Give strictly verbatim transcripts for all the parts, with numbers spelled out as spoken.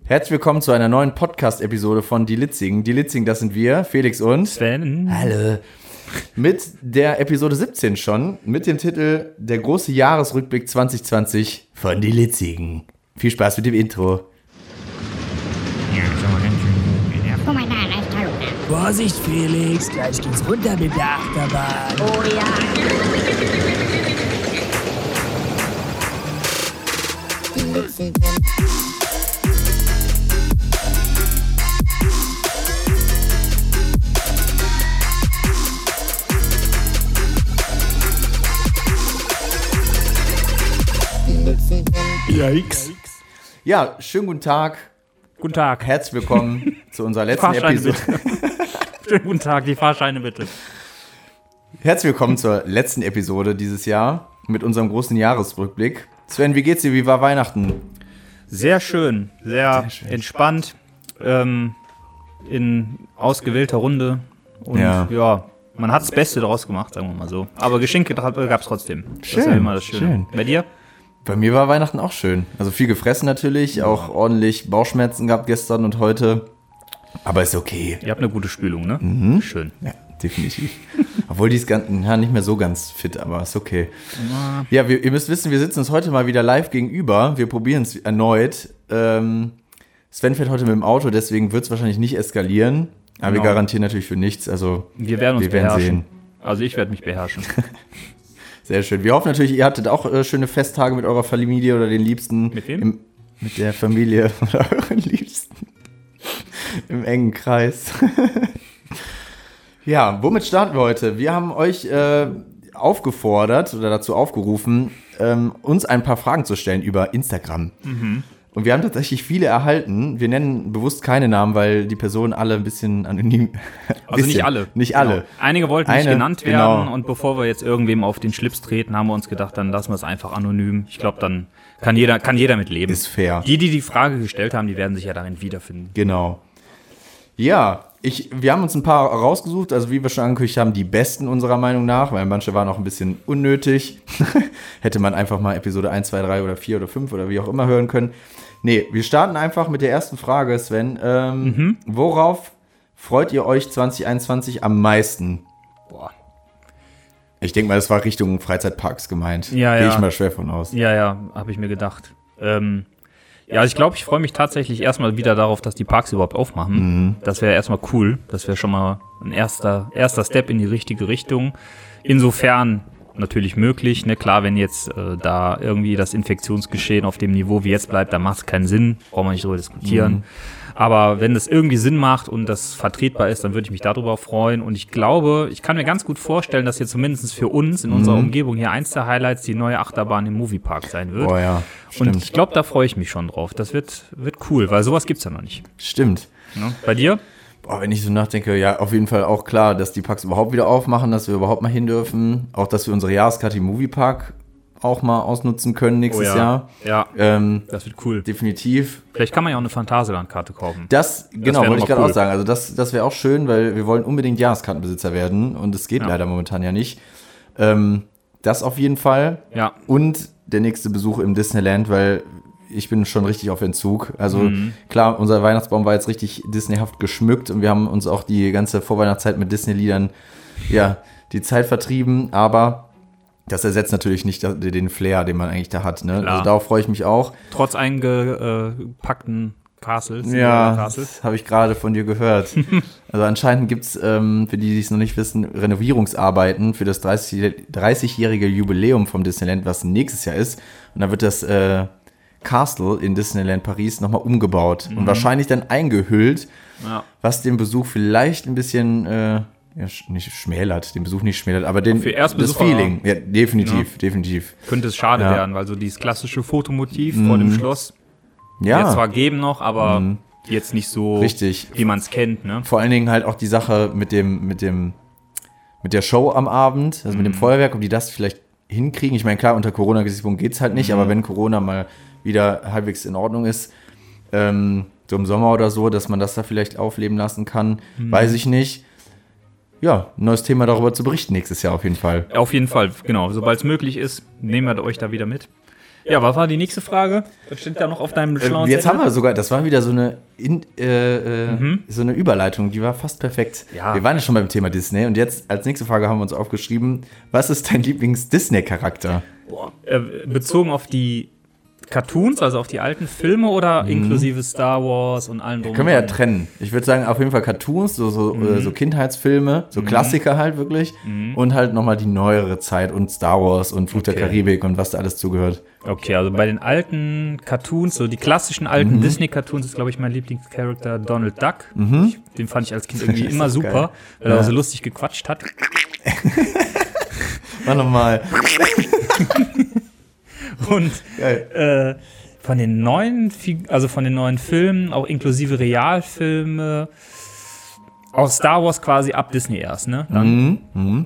Herzlich willkommen zu einer neuen Podcast-Episode von Die Litzigen. Die Litzigen, das sind wir, Felix und Sven. Hallo. Mit der Episode siebzehn schon, mit dem Titel Der große Jahresrückblick zwanzig zwanzig von Die Litzigen. Viel Spaß mit dem Intro. Ja, so ganz schön gut. Guck mal da, da ist Talu. Vorsicht, Felix, gleich geht's runter mit der Achterbahn. Oh ja. Die Litzigen. Yikes. Ja, schönen guten Tag. Guten Tag. Herzlich willkommen zu unserer letzten Fahrscheine Episode. Schönen guten Tag, die Fahrscheine bitte. Herzlich willkommen zur letzten Episode dieses Jahr mit unserem großen Jahresrückblick. Sven, wie geht's dir? Wie war Weihnachten? Sehr schön, sehr, Sehr schön. entspannt, ähm, in ausgewählter Runde und Ja. ja, man hat das Beste daraus gemacht, sagen wir mal so. Aber Geschenke gab es trotzdem. Das ist ja Schön, immer das Schöne. schön. Bei dir? Bei mir war Weihnachten auch schön. Also viel gefressen natürlich, auch ordentlich Bauchschmerzen gehabt gestern und heute. Aber ist okay. Ihr habt eine gute Spülung, ne? Mhm. Schön. Ja, definitiv. Obwohl die ist ganz, ja, nicht mehr so ganz fit, aber ist okay. Ja, wir, ihr müsst wissen, wir sitzen uns heute mal wieder live gegenüber. Wir probieren es erneut. Ähm, Sven fährt heute mit dem Auto, deswegen wird es wahrscheinlich nicht eskalieren. Aber Genau. wir garantieren natürlich für nichts. Also Wir werden uns wir werden beherrschen. sehen. Also ich werde mich beherrschen. Sehr schön. Wir hoffen natürlich, ihr hattet auch äh, schöne Festtage mit eurer Familie oder den Liebsten. Mit wem? Im, mit der Familie oder euren Liebsten. Im engen Kreis. Ja, womit starten wir heute? Wir haben euch äh, aufgefordert oder dazu aufgerufen, ähm, uns ein paar Fragen zu stellen über Instagram. Mhm. Und wir haben tatsächlich viele erhalten. Wir nennen bewusst keine Namen, weil die Personen alle ein bisschen anonym. Also nicht alle. Nicht alle. Genau. Einige wollten nicht Eine, genannt werden genau. und bevor wir jetzt irgendwem auf den Schlips treten, haben wir uns gedacht, dann lassen wir es einfach anonym. Ich glaube, dann kann jeder, kann jeder mit leben. Ist fair. Die, die die Frage gestellt haben, die werden sich ja darin wiederfinden. Genau. Ja, ich, wir haben uns ein paar rausgesucht, also wie wir schon angekündigt haben, die besten unserer Meinung nach, weil manche waren auch ein bisschen unnötig. Hätte man einfach mal Episode eins, zwei, drei oder vier oder fünf oder wie auch immer hören können. Nee, wir starten einfach mit der ersten Frage, Sven. Ähm, Mhm. Worauf freut ihr euch zwanzig einundzwanzig am meisten? Boah. Ich denke mal, das war Richtung Freizeitparks gemeint. Ja, Gehe ja. ich mal schwer von aus. Ja, ja, habe ich mir gedacht. Ähm, ja, also ich glaube, ich freue mich tatsächlich erstmal wieder darauf, dass die Parks überhaupt aufmachen. Mhm. Das wäre erstmal cool. Das wäre schon mal ein erster, erster Step in die richtige Richtung. Insofern natürlich möglich. Ne? Klar, wenn jetzt äh, da irgendwie das Infektionsgeschehen auf dem Niveau wie jetzt bleibt, dann macht es keinen Sinn. Brauchen wir nicht drüber diskutieren. Mhm. Aber wenn das irgendwie Sinn macht und das vertretbar ist, dann würde ich mich darüber freuen. Und ich glaube, ich kann mir ganz gut vorstellen, dass jetzt zumindest für uns in unserer Mhm. Umgebung hier eins der Highlights die neue Achterbahn im Moviepark sein wird. Oh ja, und stimmt. ich glaube, da freue ich mich schon drauf. Das wird, wird cool, weil sowas gibt's ja noch nicht. Stimmt. Ne? Bei dir? Boah, wenn ich so nachdenke, ja, auf jeden Fall auch klar, dass die Parks überhaupt wieder aufmachen, dass wir überhaupt mal hin dürfen. Auch, dass wir unsere Jahreskarte im Moviepark auch mal ausnutzen können nächstes Jahr. Ja, Ähm, das wird cool. definitiv. Vielleicht kann man ja auch eine Phantasialand-Karte kaufen. Das, genau, wär wollte ich noch gerade cool. auch sagen. Also das, das wäre auch schön, weil wir wollen unbedingt Jahreskartenbesitzer werden und es geht Ja. leider momentan ja nicht. Ähm, das auf jeden Fall. Ja. Und der nächste Besuch im Disneyland, weil ich bin schon richtig auf Entzug. Also Mhm. klar, unser Weihnachtsbaum war jetzt richtig Disneyhaft geschmückt und wir haben uns auch die ganze Vorweihnachtszeit mit Disney-Liedern, ja, die Zeit vertrieben, aber das ersetzt natürlich nicht den Flair, den man eigentlich da hat. Ne? Klar. Also darauf freue ich mich auch. Trotz eingepackten Castles. Ja, Castles. das habe ich gerade von dir gehört. Also anscheinend gibt es, ähm, für die, die es noch nicht wissen, Renovierungsarbeiten für das dreißigjährige Jubiläum vom Disneyland, was nächstes Jahr ist. Und da wird das äh, Castle in Disneyland Paris nochmal umgebaut und wahrscheinlich dann eingehüllt, Ja. was den Besuch vielleicht ein bisschen, äh, ja, sch- nicht schmälert, den Besuch nicht schmälert, aber den, Für das Erstbesucher- Feeling. Ja, definitiv, definitiv. Könnte es schade Ja. werden, weil so dieses klassische Fotomotiv vor dem Schloss Ja, jetzt zwar geben noch, aber jetzt nicht so, Richtig. wie man es kennt. Ne? vor allen Dingen halt auch die Sache mit dem, mit dem, mit der Show am Abend, also mit dem Feuerwerk, ob die das vielleicht hinkriegen. Ich meine, klar, unter Corona-Gesichtspunkt geht es halt nicht, aber wenn Corona mal wieder halbwegs in Ordnung ist, ähm, so im Sommer oder so, dass man das da vielleicht aufleben lassen kann, weiß ich nicht. Ja, ein neues Thema darüber zu berichten nächstes Jahr auf jeden Fall. Auf jeden Fall, genau. Sobald es möglich ist, nehmen wir euch da wieder mit. Ja, was war die nächste Frage? Was steht da noch auf deinem schlauen Äh, jetzt Zettel? haben wir sogar, das war wieder so eine, in, äh, äh, Mhm. so eine Überleitung, die war fast perfekt. Ja. Wir waren ja schon beim Thema Disney und jetzt als nächste Frage haben wir uns aufgeschrieben, was ist dein Lieblings-Disney-Charakter? Äh, bezogen auf die Cartoons, also auf die alten Filme oder inklusive Star Wars und allem drum Können wir ja und dran? trennen. Ich würde sagen, auf jeden Fall Cartoons, so, so, äh, so Kindheitsfilme, so Klassiker halt wirklich. Und halt nochmal die neuere Zeit und Star Wars und Fluch der Okay. Karibik und was da alles zugehört. Okay, also bei den alten Cartoons, so die klassischen alten Mhm. Disney-Cartoons ist, glaube ich, mein Lieblingscharakter Donald Duck. Ich, den fand ich als Kind irgendwie Mhm. Ist immer doch super, geil. weil er Ja. so lustig gequatscht hat. Mach nochmal. Und Geil. äh, von den neuen, Fig- also von den neuen Filmen, auch inklusive Realfilme, aus Star Wars quasi ab Disney erst, ne? Dann, Mhm.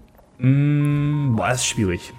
Mm, boah, das ist schwierig.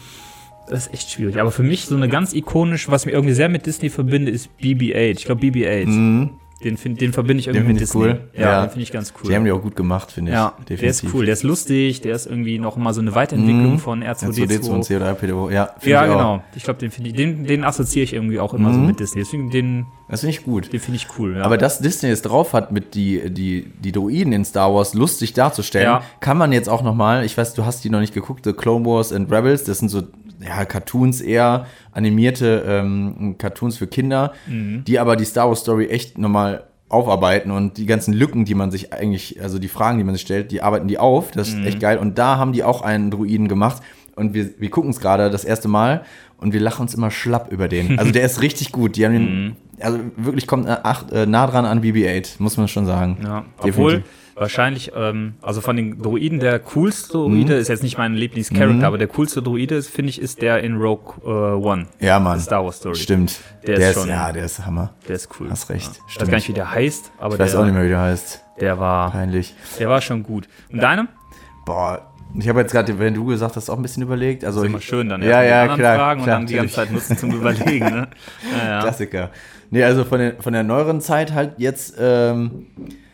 Das ist echt schwierig. Aber für mich so eine ganz ikonische, was mir irgendwie sehr mit Disney verbinde, ist B B acht. Ich glaube B B acht. Mhm. Den, find, den verbinde ich irgendwie Den mit find ich Disney. cool. Ja, Ja. den finde ich ganz cool. Die haben die auch gut gemacht, finde ich. ja, der ist cool. Der ist lustig. Der ist irgendwie noch mal so eine Weiterentwicklung Mhm. von R zwei R D zwei D zwei zwei. und C oder R P D O. Ja, find Ja, ich auch. genau. Ich glaube, den, find ich- den, den assoziiere ich irgendwie auch immer so mit Disney. Deswegen den, Das finde ich gut. den finde ich cool. Ja. Aber dass Disney es drauf hat, mit die, die, die Droiden in Star Wars lustig darzustellen, Ja. kann man jetzt auch noch mal, ich weiß, du hast die noch nicht geguckt, The Clone Wars and Rebels, das sind so ja, Cartoons eher, animierte ähm, Cartoons für Kinder, Mhm. die aber die Star Wars Story echt nochmal aufarbeiten und die ganzen Lücken, die man sich eigentlich, also die Fragen, die man sich stellt, die arbeiten die auf, das ist Mhm. echt geil und da haben die auch einen Druiden gemacht und wir, wir gucken es gerade das erste Mal und wir lachen uns immer schlapp über den. Also der ist richtig gut, die haben den, Mhm. also wirklich kommt äh, ach, äh, nah dran an B B acht, muss man schon sagen. Ja, Definitiv. obwohl wahrscheinlich, ähm, also von den Droiden, der coolste Droide, ist jetzt nicht mein Lieblingscharakter, aber der coolste Droide, ist, finde ich, ist der in Rogue äh, One. Ja, Mann. Star Wars Story. Stimmt. Der Der, ist ist, schon- ja, der ist Hammer. Der ist cool. Hast recht. Ja. Ich weiß Stimmt. gar nicht, wie der heißt, aber Ich weiß der, auch nicht mehr, wie der heißt. der war, Peinlich. der war schon gut. Und deine? Boah, ich habe jetzt gerade, wenn du gesagt hast, auch ein bisschen überlegt. Also Ist immer schön dann Ja, erst ja, die anderen klar, Fragen klar, und dann die ganze natürlich. Zeit nutzen zum Überlegen. Ne? Ja, ja. Klassiker. Nee, also von, den, von der neueren Zeit halt jetzt, ähm,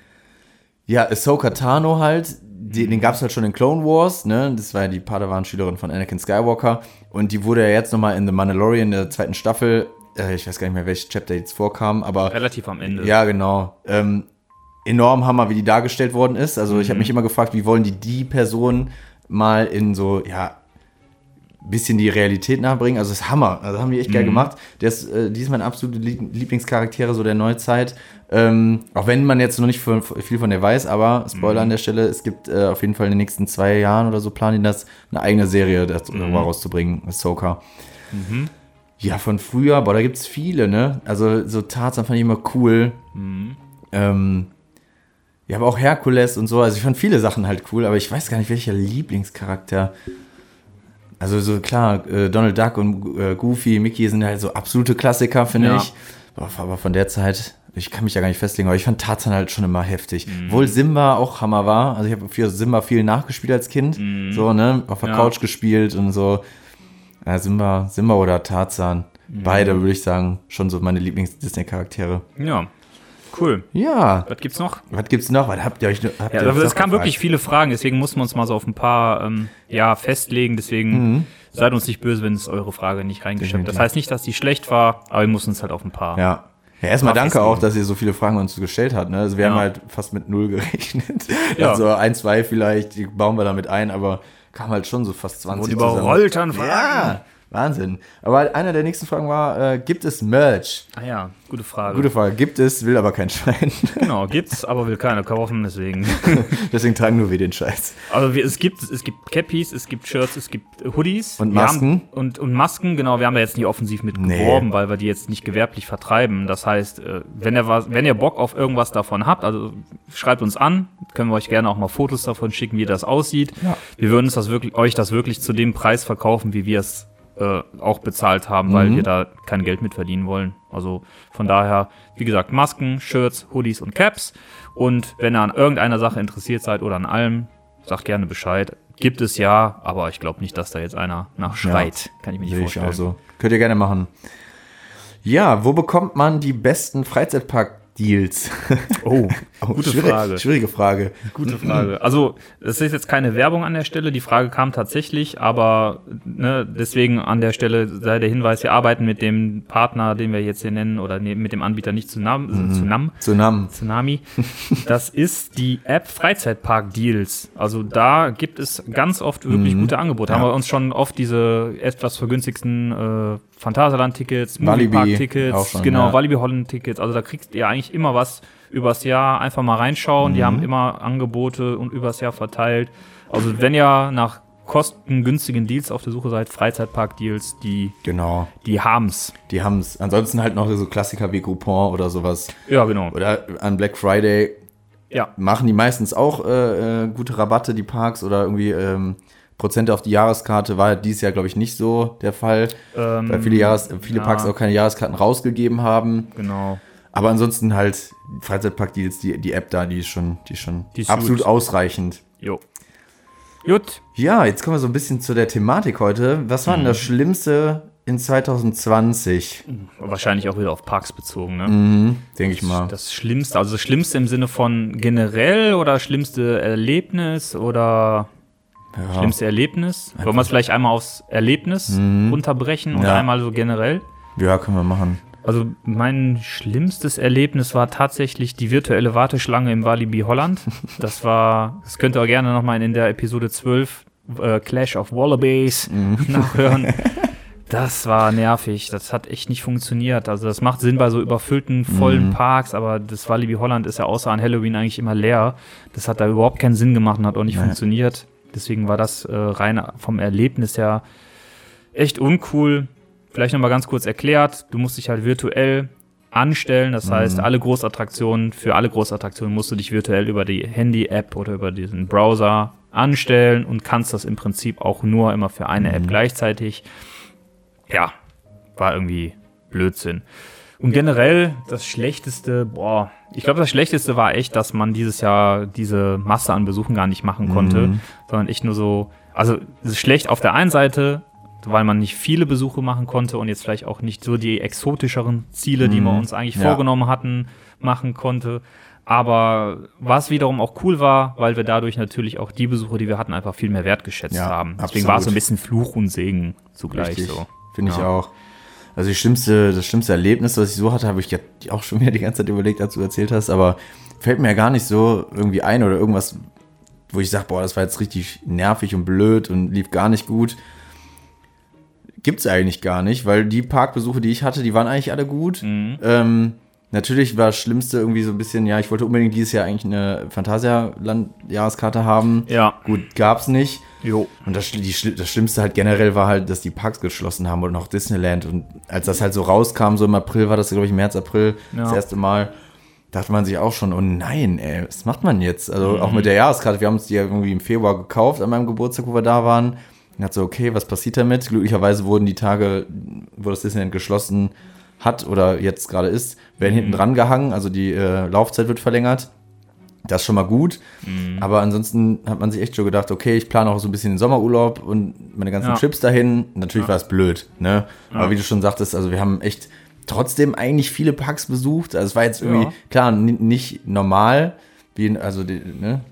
ja, Ahsoka Tano halt, die, den gab es halt schon in Clone Wars, ne? Das war ja die Padawan-Schülerin von Anakin Skywalker. Und die wurde ja jetzt nochmal in The Mandalorian der zweiten Staffel, äh, ich weiß gar nicht mehr, welches Chapter jetzt vorkam, aber Relativ am Ende. ja, genau. Ähm, enorm Hammer, wie die dargestellt worden ist. Also ich habe mich immer gefragt, wie wollen die die Person mal in so, ja, bisschen die Realität nahebringen. Also das ist Hammer. Also haben die echt geil gemacht. Der ist, äh, die ist meine absolute Lie- Lieblingscharaktere so der Neuzeit. Ähm, auch wenn man jetzt noch nicht von, viel von der weiß, aber Spoiler an der Stelle, es gibt äh, auf jeden Fall in den nächsten zwei Jahren oder so planen die das, eine eigene Serie dazu rauszubringen, Ahsoka. Ja, von früher, boah, da gibt's viele, ne? Also so Tarzan fand ich immer cool. Ähm, ja, aber auch Herkules und so. Also ich fand viele Sachen halt cool, aber ich weiß gar nicht, welcher Lieblingscharakter. Also so klar, äh, Donald Duck und äh, Goofy, Mickey sind halt so absolute Klassiker, finde Ja. ich. Boah, aber von der Zeit, ich kann mich ja gar nicht festlegen, aber ich fand Tarzan halt schon immer heftig. Obwohl Simba auch Hammer war. Also ich habe für Simba viel nachgespielt als Kind. So, ne? Auf der Ja. Couch gespielt und so. Ja, Simba, Simba oder Tarzan. Beide, würde ich sagen, schon so meine Lieblings-Disney-Charaktere. Ja, cool. Ja. Was gibt's noch? Was gibt's noch? Was habt ihr euch habt Ja, ihr euch es noch kamen gefragt? wirklich viele Fragen, deswegen mussten wir uns mal so auf ein paar ähm, ja, festlegen. Deswegen seid uns nicht böse, wenn es eure Frage nicht reingeschrieben hat. Das Definitiv. heißt nicht, dass die schlecht war, aber wir mussten uns halt auf ein paar. Ja. Ja, erstmal Mal danke festlegen. auch, dass ihr so viele Fragen uns gestellt habt. Ne? Also wir Ja. haben halt fast mit null gerechnet. Ja. Also ein, zwei vielleicht, die bauen wir damit ein, aber kam halt schon so fast zwanzig Wurden überrollt an Fragen. Ja, Wahnsinn. Aber einer der nächsten Fragen war, äh, gibt es Merch? Ah ja, gute Frage. Gute Frage. Gibt es, will aber kein Schwein. Genau, gibt's, aber will keiner kaufen, deswegen. Deswegen tragen nur wir den Scheiß. Also wir, es gibt es gibt Cappies, es gibt Shirts, es gibt Hoodies. Und Wir Masken? Haben, und, und Masken, genau. Wir haben da jetzt nicht offensiv mit Nee. geworben, weil wir die jetzt nicht gewerblich vertreiben. Das heißt, äh, wenn ihr, was, wenn ihr Bock auf irgendwas davon habt, also schreibt uns an, können wir euch gerne auch mal Fotos davon schicken, wie das aussieht. Ja. Wir würden uns das wirklich, euch das wirklich zu dem Preis verkaufen, wie wir es äh, auch bezahlt haben, weil Mhm. wir da kein Geld mit verdienen wollen. Also von daher, wie gesagt, Masken, Shirts, Hoodies und Caps. Und wenn ihr an irgendeiner Sache interessiert seid oder an allem, sagt gerne Bescheid. Gibt es ja, aber ich glaube nicht, dass da jetzt einer nach schreit. Kann ich mir nicht Sehe ich vorstellen. auch so. Könnt ihr gerne machen. Ja, wo bekommt man die besten Freizeitpark Moviepark-Deals? Oh, gute schwierig, Frage. Schwierige Frage. Gute Frage. Also, es ist jetzt keine Werbung an der Stelle, die Frage kam tatsächlich, aber ne, deswegen an der Stelle sei der Hinweis, wir arbeiten mit dem Partner, den wir jetzt hier nennen, oder ne, mit dem Anbieter nicht Tsunami, mhm. Tsunami, Tsunami. Tsunami. Das ist die App Freizeitpark Deals. Also da gibt es ganz oft wirklich mhm. gute Angebote. Ja. Haben wir uns schon oft diese etwas vergünstigsten äh, Phantasialand-Tickets, Walibi auch Moviepark-Tickets, schon, genau, ja. Walibi Holland-Tickets. Also da kriegst ihr eigentlich immer was übers Jahr. Einfach mal reinschauen. Mhm. Die haben immer Angebote und übers Jahr verteilt. Also wenn ihr nach kostengünstigen Deals auf der Suche seid, Freizeitpark-Deals, die, Genau. die haben's. Die haben es. Ansonsten halt noch so Klassiker wie Groupon oder sowas. Ja, genau. Oder an Black Friday Ja. machen die meistens auch äh, äh, gute Rabatte, die Parks, oder irgendwie ähm, Prozente auf die Jahreskarte. War dieses Jahr, glaube ich, nicht so der Fall, Ähm, weil viele, Jahres-, viele ja. Parks auch keine Jahreskarten rausgegeben haben. Genau. Aber ansonsten halt Freizeitpark-Deals, die, die App da, die ist schon, die ist schon Die ist absolut gut. ausreichend. Jo. Gut. Ja, jetzt kommen wir so ein bisschen zu der Thematik heute. Was war denn das Schlimmste in zwanzig zwanzig? Wahrscheinlich auch wieder auf Parks bezogen, ne? Mhm, denke ich mal. Das Schlimmste, also das Schlimmste im Sinne von generell oder schlimmste Erlebnis oder Ja. schlimmste Erlebnis? Wollen wir es vielleicht einmal aufs Erlebnis runterbrechen oder Ja. einmal so generell? Ja, können wir machen. Also mein schlimmstes Erlebnis war tatsächlich die virtuelle Warteschlange im Walibi Holland. Das war, das könnt ihr auch gerne nochmal in der Episode zwölf äh, Clash of Wallabies nachhören. Das war nervig, das hat echt nicht funktioniert. Also das macht Sinn bei so überfüllten, vollen Mhm. Parks, aber das Walibi Holland ist ja außer an Halloween eigentlich immer leer. Das hat da überhaupt keinen Sinn gemacht und hat auch nicht Nee. funktioniert. Deswegen war das äh, rein vom Erlebnis her echt uncool. Vielleicht nochmal ganz kurz erklärt, du musst dich halt virtuell anstellen, das heißt, alle Großattraktionen, für alle Großattraktionen musst du dich virtuell über die Handy-App oder über diesen Browser anstellen und kannst das im Prinzip auch nur immer für eine App gleichzeitig. Ja, war irgendwie Blödsinn. Und generell das Schlechteste, boah, ich glaube, das Schlechteste war echt, dass man dieses Jahr diese Masse an Besuchen gar nicht machen konnte, sondern echt nur so, also es ist schlecht auf der einen Seite, weil man nicht viele Besuche machen konnte und jetzt vielleicht auch nicht so die exotischeren Ziele, die wir uns eigentlich Ja. vorgenommen hatten, machen konnte. Aber was wiederum auch cool war, weil wir dadurch natürlich auch die Besuche, die wir hatten, einfach viel mehr wertgeschätzt Ja, haben. Deswegen absolut. war es so ein bisschen Fluch und Segen zugleich. Richtig, So. finde ich Ja. auch. Also die schlimmste, das schlimmste Erlebnis, was ich so hatte, habe ich ja auch schon wieder die ganze Zeit überlegt, als du erzählt hast, aber fällt mir ja gar nicht so irgendwie ein oder irgendwas, wo ich sage, boah, das war jetzt richtig nervig und blöd und lief gar nicht gut. Gibt's eigentlich gar nicht, weil die Parkbesuche, die ich hatte, die waren eigentlich alle gut. Mhm. Ähm, natürlich war das Schlimmste irgendwie so ein bisschen, ja, ich wollte unbedingt dieses Jahr eigentlich eine Phantasialand-Jahreskarte haben. Ja. Gut, gab's nicht. Jo. Und das, die, Schli- das Schlimmste halt generell war halt, dass die Parks geschlossen haben und auch Disneyland. Und als das halt so rauskam, so im April war das, glaube ich, März, April, Ja. das erste Mal, dachte man sich auch schon, oh nein, ey, was macht man jetzt? Also auch mit der Jahreskarte, wir haben uns die ja irgendwie im Februar gekauft an meinem Geburtstag, wo wir da waren. Und hat so, okay, was passiert damit? Glücklicherweise wurden die Tage, wo das Disneyland geschlossen hat oder jetzt gerade ist, werden hinten dran gehangen, also die äh, Laufzeit wird verlängert. Das ist schon mal gut. Aber ansonsten hat man sich echt schon gedacht, okay, ich plane auch so ein bisschen den Sommerurlaub und meine ganzen Ja. Trips dahin. Natürlich war es blöd, ne? Aber wie du schon sagtest, also wir haben echt trotzdem eigentlich viele Parks besucht. Also es war jetzt irgendwie, Ja. klar, n- nicht normal, wie, in- also, die, ne?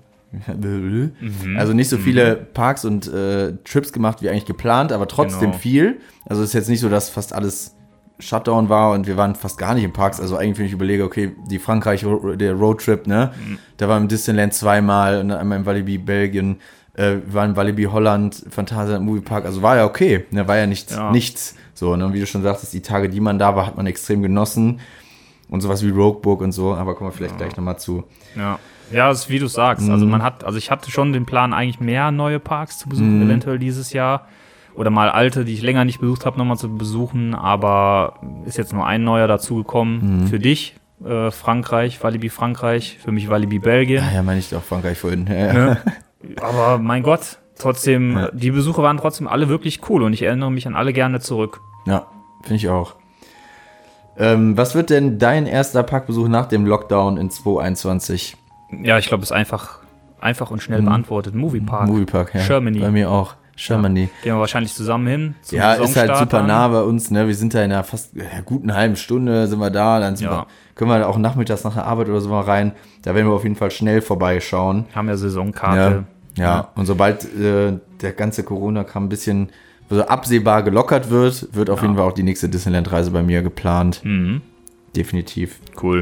Also nicht so viele Parks und äh, Trips gemacht wie eigentlich geplant, aber trotzdem Genau. viel. Also es ist jetzt nicht so, dass fast alles Shutdown war und wir waren fast gar nicht in Parks. Also eigentlich, wenn ich überlege, okay, die Frankreich, der Roadtrip, ne? Da war im Disneyland zweimal und dann einmal im Walibi Belgien, äh, wir waren im Walibi Holland, Phantasialand Moviepark. Also war ja okay, ne? War ja nichts, Ja. nichts. So, ne? Und wie du schon sagtest, die Tage, die man da war, hat man extrem genossen. Und sowas wie Roguebook und so, aber kommen wir vielleicht gleich nochmal zu. Ja. Ja, das ist, wie du sagst. Also man hat, also ich hatte schon den Plan, eigentlich mehr neue Parks zu besuchen, eventuell dieses Jahr. Oder mal alte, die ich länger nicht besucht habe, nochmal zu besuchen. Aber ist jetzt nur ein neuer dazugekommen. Für dich, äh, Frankreich, Walibi Frankreich. Für mich Walibi Belgien. Ah ja, meine ich doch Frankreich vorhin. Ja, ja. Ne? Aber mein Gott, trotzdem, die Besuche waren trotzdem alle wirklich cool. Und ich erinnere mich an alle gerne zurück. Ja, finde ich auch. Ähm, was wird denn dein erster Parkbesuch nach dem Lockdown in zwanzig einundzwanzig? Ja, ich glaube, es ist einfach, einfach und schnell beantwortet. Moviepark. Moviepark, ja. Germany. Bei mir auch. Shermanie. Gehen wir wahrscheinlich zusammen hin. Zum Ja, ist halt Saisonstart super dann. nah bei uns, ne? Wir sind da in einer fast ja, guten halben Stunde sind wir da, dann sind Ja. wir, können wir auch nachmittags nach der Arbeit oder so mal rein. Da werden wir auf jeden Fall schnell vorbeischauen. Haben ja Saisonkarte. Ja, ja. Und sobald äh, der ganze Corona-Kram ein bisschen so absehbar gelockert wird, wird auf Ja. jeden Fall auch die nächste Disneyland-Reise bei mir geplant. Mhm. Definitiv. Cool.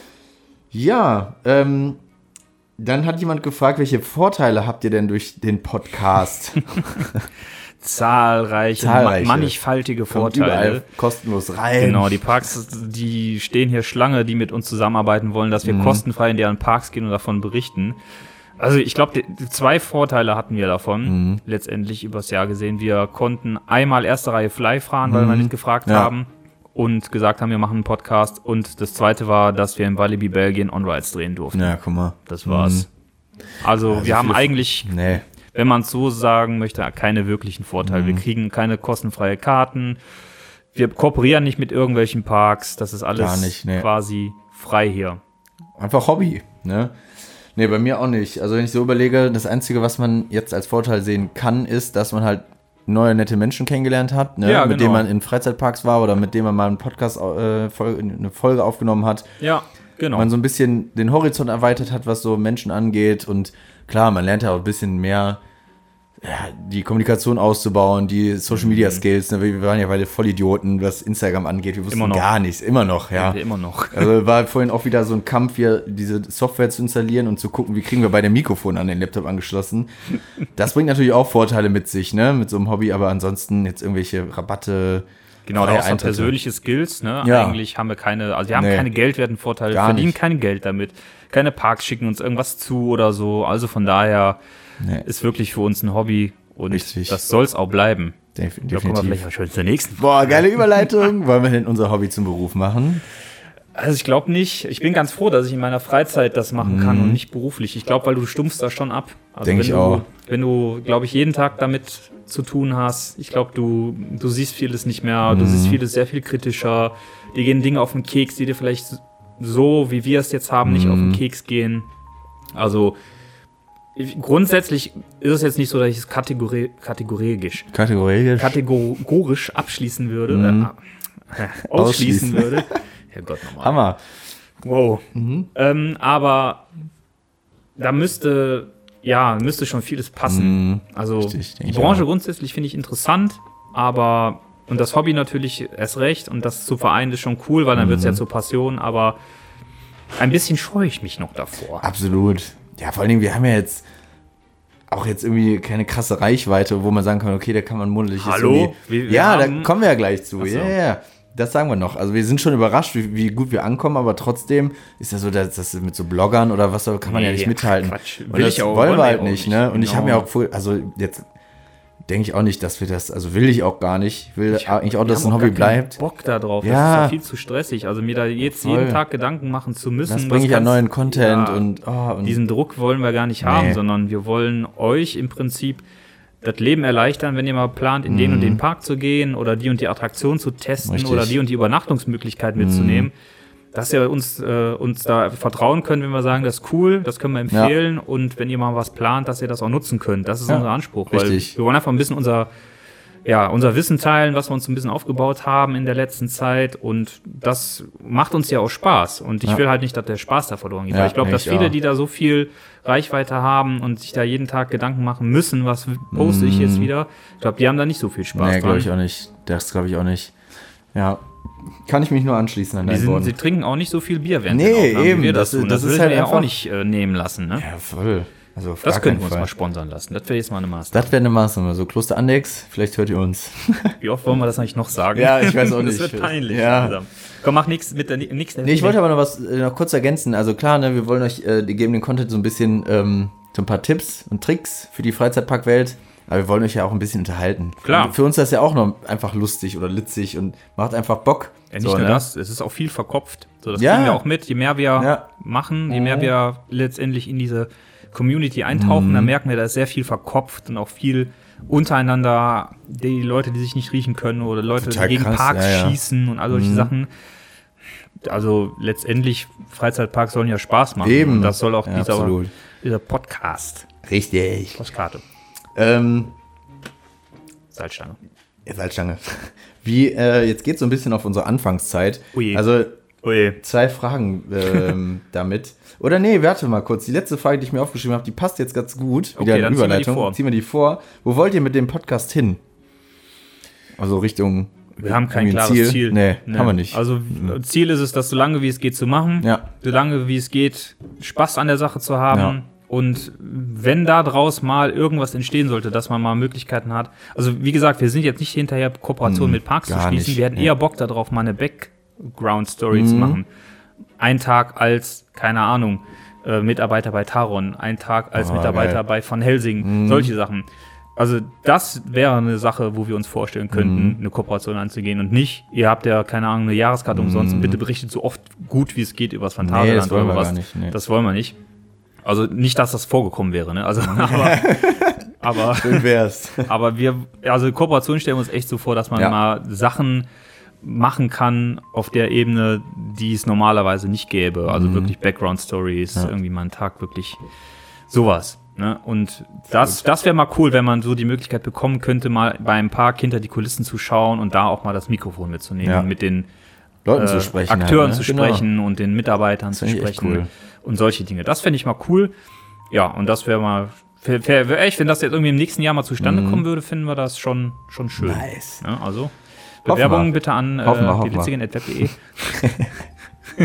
Ja, ähm, dann hat jemand gefragt, welche Vorteile habt ihr denn durch den Podcast? Zahlreiche, Zahlreiche. ma- mannigfaltige Kommt Vorteile. überall kostenlos rein. Genau, die Parks, die stehen hier Schlange, die mit uns zusammenarbeiten wollen, dass wir Mhm. kostenfrei in deren Parks gehen und davon berichten. Also ich glaube, zwei Vorteile hatten wir davon, Mhm. letztendlich übers Jahr gesehen. Wir konnten einmal erste Reihe Fly fahren, weil wir nicht gefragt Ja. haben und gesagt haben, wir machen einen Podcast. Und das zweite war, dass wir in Walibi Belgien On-Rides drehen durften. Ja, guck mal. Das war's. Also, Also wir haben viele- eigentlich, Nee. wenn man es so sagen möchte, keine wirklichen Vorteile. Mhm. Wir kriegen keine kostenfreie Karten. Wir kooperieren nicht mit irgendwelchen Parks. Das ist alles Gar nicht, nee. quasi frei hier. Einfach Hobby, ne? Nee, bei mir auch nicht. Also wenn ich so überlege, das Einzige, was man jetzt als Vorteil sehen kann, ist, dass man halt neue, nette Menschen kennengelernt hat, ne? Ja, mit genau. denen man in Freizeitparks war oder mit denen man mal einen Podcast, äh, Folge, eine Folge aufgenommen hat. Ja, genau. Man so ein bisschen den Horizont erweitert hat, was so Menschen angeht. Und klar, man lernt ja auch ein bisschen mehr, ja, die Kommunikation auszubauen, die Social Media Skills. Ne? Wir waren ja beide Vollidioten, was Instagram angeht. Wir wussten Immer noch. gar nichts. Immer noch, ja. Wir immer noch. Also war vorhin auch wieder so ein Kampf, hier diese Software zu installieren und zu gucken, wie kriegen wir beide Mikrofone an den Laptop angeschlossen. Das bringt natürlich auch Vorteile mit sich, ne, mit so einem Hobby, aber ansonsten jetzt irgendwelche Rabatte. Genau, freie außer Eintritte. persönliche Skills, ne? Ja. Eigentlich haben wir keine, also wir haben Nee. keine geldwerten Vorteile, Gar verdienen nicht. kein Geld damit. Keine Parks schicken uns irgendwas zu oder so. Also von daher Nee. ist wirklich für uns ein Hobby und Richtig. das soll es auch bleiben. Def- Da kommen wir definitiv. vielleicht auch schon zur nächsten. Boah, geile Überleitung. Wollen wir denn unser Hobby zum Beruf machen? Also ich glaube nicht. Ich bin ganz froh, dass ich in meiner Freizeit das machen kann und nicht beruflich. Ich glaube, weil du stumpfst da schon ab. Also Denk wenn ich du, auch. Wenn du, glaube ich, jeden Tag damit zu tun hast, ich glaube, du, du siehst vieles nicht mehr, du siehst vieles sehr viel kritischer. Dir gehen Dinge auf den Keks, die dir vielleicht so, wie wir es jetzt haben, nicht auf den Keks gehen. Also ich, grundsätzlich ist es jetzt nicht so, dass ich es kategori kategorisch, Kategorisch. kategorisch abschließen würde, Mhm. äh, ausschließen Ausschließen. würde. Herrgott, nochmal. Hammer. Wow. Ähm, aber da müsste, ja, müsste schon vieles passen. Mhm. Also Richtig, denk die ich Branche auch. grundsätzlich finde ich interessant, aber und das Hobby natürlich erst recht und das zu vereinen ist schon cool, weil dann wird es Mhm. ja zur Passion, aber ein bisschen scheue ich mich noch davor. Absolut. Ja, vor allen Dingen, wir haben ja jetzt auch jetzt irgendwie keine krasse Reichweite, wo man sagen kann, okay, da kann man monatlich jetzt Hallo? irgendwie- Wir- wir ja, haben- da kommen wir ja gleich zu. Ach so. Ja, ja. Das sagen wir noch. Also wir sind schon überrascht, wie, wie gut wir ankommen, aber trotzdem ist ja so, dass das mit so Bloggern oder was, da kann man ja Nee, nicht mithalten. Quatsch. Und Will das ich auch, wollen wollen wir wir halt auch nicht, nicht. ne? Und ich habe mir Genau. auch, voll- also jetzt denke ich auch nicht, dass wir das, also will ich auch gar nicht. Ich will eigentlich auch, dass es Wir ein haben Hobby gar keinen bleibt. Bock da drauf. Ja. Das ist ja viel zu stressig. Also mir da jetzt Voll. jeden Tag Gedanken machen zu müssen. Das bringe ich an kann's- neuen Content Ja. und, oh, und Diesen Druck wollen wir gar nicht haben, Nee. sondern wir wollen euch im Prinzip das Leben erleichtern, wenn ihr mal plant, in den und den Park zu gehen oder die und die Attraktion zu testen Mhm. Richtig. Mhm. oder die und die Übernachtungsmöglichkeit mitzunehmen. Dass ihr uns, äh, uns da vertrauen könnt, wenn wir sagen, das ist cool, das können wir empfehlen und wenn ihr mal was plant, dass ihr das auch nutzen könnt. Das ist Ja, unser Anspruch. richtig. Weil wir wollen einfach ein bisschen unser ja, unser Wissen teilen, was wir uns ein bisschen aufgebaut haben in der letzten Zeit und das macht uns ja auch Spaß und ich Ja. will halt nicht, dass der Spaß da verloren geht, Ja, weil ich glaube, dass ich viele, auch. die da so viel Reichweite haben und sich da jeden Tag Gedanken machen müssen, was poste ich jetzt wieder, ich glaube, die haben da nicht so viel Spaß nee, dran. glaube ich auch nicht. Das glaube ich auch nicht. Ja, kann ich mich nur anschließen an Die deinen sind, Worten. sie trinken auch nicht so viel Bier während Nee, den Aufnahmen, wie eben, wir das, das ist- tun. das Das, ist will halt wir ja einfach- auch nicht äh, nehmen lassen, ne? Ja, voll. Also auf Das gar könnten keinen wir uns Fall. mal sponsern lassen. Das wäre jetzt mal eine Maßnahme. Das wäre eine Maßnahme. So Kloster Andex, vielleicht hört ihr uns. Wie oft wollen wir das eigentlich noch sagen? Ja, ich weiß auch Das nicht. wird peinlich. Ja. langsam. Komm, mach nichts mit der nächsten. Nee, ich wollte aber noch was äh, noch kurz ergänzen. Also klar, ne, wir wollen euch, äh, die geben den Content so ein bisschen, ähm, so ein paar Tipps und Tricks für die Freizeitparkwelt. Aber wir wollen euch ja auch ein bisschen unterhalten. Klar. Und für uns ist das ja auch noch einfach lustig oder litzig und macht einfach Bock. Ja, nicht So, nur ne? das, es ist auch viel verkopft. So, das Ja. kriegen wir auch mit. Je mehr wir Ja. machen, je mehr wir letztendlich in diese Community eintauchen, Mhm. dann merken wir, da ist sehr viel verkopft und auch viel untereinander, die Leute, die sich nicht riechen können oder Leute, Total die gegen krass, Parks ja, ja. schießen und all solche Mhm. Sachen. Also letztendlich, Freizeitparks sollen ja Spaß machen. Eben. Und das soll auch Ja, dieser, absolut. dieser Podcast, Richtig. Postkarte. Ähm, Salzstange. Salzstange. Wie, äh, jetzt geht es so ein bisschen auf unsere Anfangszeit. Ui. Also Ui. zwei Fragen ähm, damit. Oder nee, warte mal kurz. Die letzte Frage, die ich mir aufgeschrieben habe, die passt jetzt ganz gut. Wieder Okay, eine dann ziehen wir die Überleitung. vor. Ziehen wir die vor. Wo wollt ihr mit dem Podcast hin? Also Richtung. Wir haben kein irgendwie ein klares Ziel. Nee, haben wir nicht. Also Ziel ist es, das so lange wie es geht zu machen. Ja. So lange wie es geht, Spaß an der Sache zu haben. Ja. Und wenn da draus mal irgendwas entstehen sollte, dass man mal Möglichkeiten hat. Also wie gesagt, wir sind jetzt nicht hinterher, Kooperationen Mm, mit Parks zu gar schließen. nicht, Wir hätten nee. eher Bock darauf, mal eine Background-Story Mhm. zu machen. Ein Tag als, keine Ahnung, äh, Mitarbeiter bei Taron, ein Tag als Oh, Mitarbeiter geil. bei Von Helsing, Mhm. solche Sachen. Also das wäre eine Sache, wo wir uns vorstellen könnten, Mhm. eine Kooperation anzugehen und nicht, ihr habt ja, keine Ahnung, eine Jahreskarte umsonst und bitte berichtet so oft gut, wie es geht über das Phantasialand Nee, das wollen oder wir was. gar nicht, nee. Das wollen wir nicht. Also nicht, dass das vorgekommen wäre, ne? Also, aber, aber, Schön wär's. aber wir, also Kooperation stellen wir uns echt so vor, dass man Ja. mal Sachen machen kann auf der Ebene, die es normalerweise nicht gäbe. Also wirklich Background-Stories, Ja. irgendwie mal einen Tag wirklich sowas. Ne? Und das, das wäre mal cool, wenn man so die Möglichkeit bekommen könnte, mal bei einem Park hinter die Kulissen zu schauen und da auch mal das Mikrofon mitzunehmen, Ja. mit den Leuten äh, zu sprechen. Akteuren halt, ne? zu sprechen und den Mitarbeitern zu find ich echt sprechen cool. und solche Dinge. Das fände ich mal cool. Ja, und das wäre mal, wär, wär, wär, echt, wenn das jetzt irgendwie im nächsten Jahr mal zustande kommen würde, finden wir das schon, schon schön. Mhm. Nice. Ja, also, Hoffen Bewerbungen wir. bitte an Hoffen wir, äh, hoffen die wir. Litzigen at web punkt de.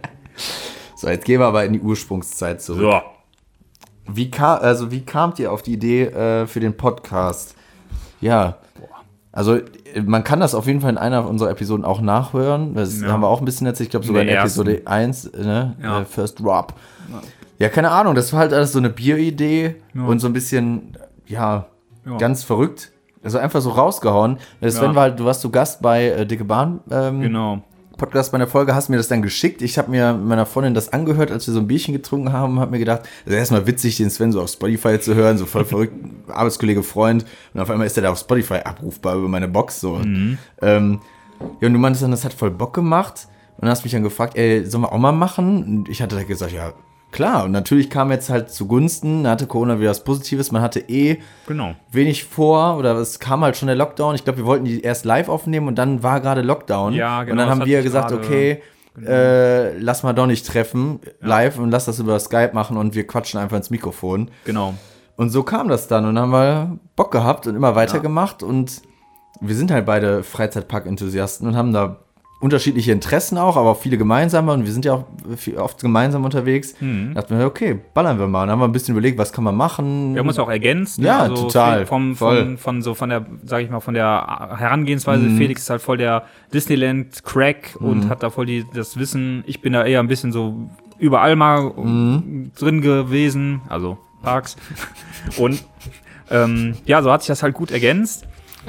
So, jetzt gehen wir aber in die Ursprungszeit zurück. So. Wie, kam, also wie kamt ihr auf die Idee äh, für den Podcast? Ja, also äh, man kann das auf jeden Fall in einer unserer Episoden auch nachhören. Das Ja. haben wir auch ein bisschen erzählt. Ich glaube sogar in, In der Episode eins, ne? Ja. Äh, First Drop. Ja, keine Ahnung, das war halt alles so eine Bieridee Ja. und so ein bisschen, ja, Ja. ganz verrückt. Also einfach so rausgehauen. Das Ja. Sven war halt, du warst so Gast bei äh, Dicke Bahn. Ähm, Genau. Podcast bei einer Folge, hast mir das dann geschickt. Ich habe mir mit meiner Freundin das angehört, als wir so ein Bierchen getrunken haben, und habe mir gedacht, das ist erstmal witzig, den Sven so auf Spotify zu hören, so voll verrückt, Arbeitskollege, Freund, und auf einmal ist er da auf Spotify abrufbar über meine Box, so. Mhm. Ähm, ja, und du meintest dann, das hat voll Bock gemacht, und dann hast mich dann gefragt, ey, sollen wir auch mal machen? Und ich hatte da gesagt, ja, klar, und natürlich kam jetzt halt zugunsten, da hatte Corona wieder was Positives, man hatte eh Genau. wenig vor, oder es kam halt schon der Lockdown. Ich glaube, wir wollten die erst live aufnehmen und dann war gerade Lockdown. Ja, genau, Und dann das haben hatte wir ich gesagt, gerade- okay, genau. äh, lass mal doch nicht treffen live und lass das über Skype machen und wir quatschen einfach ins Mikrofon. Genau. Und so kam das dann und dann haben wir Bock gehabt und immer weitergemacht und wir sind halt beide Freizeitpark-Enthusiasten und haben da unterschiedliche Interessen auch, aber auch viele gemeinsame und wir sind ja auch viel, oft gemeinsam unterwegs. Mhm. Da dachten wir, okay, ballern wir mal. Und dann haben wir ein bisschen überlegt, was kann man machen. Wir haben uns auch ergänzt. ne? Ja, also total, Fe- Vom, voll. von, von so von der, sag ich mal, von der Herangehensweise. Mhm. Felix ist halt voll der Disneyland-Crack und hat da voll die, das Wissen. Ich bin da eher ein bisschen so überall mal Mhm. drin gewesen, also Parks. Und ähm, ja, so hat sich das halt gut ergänzt.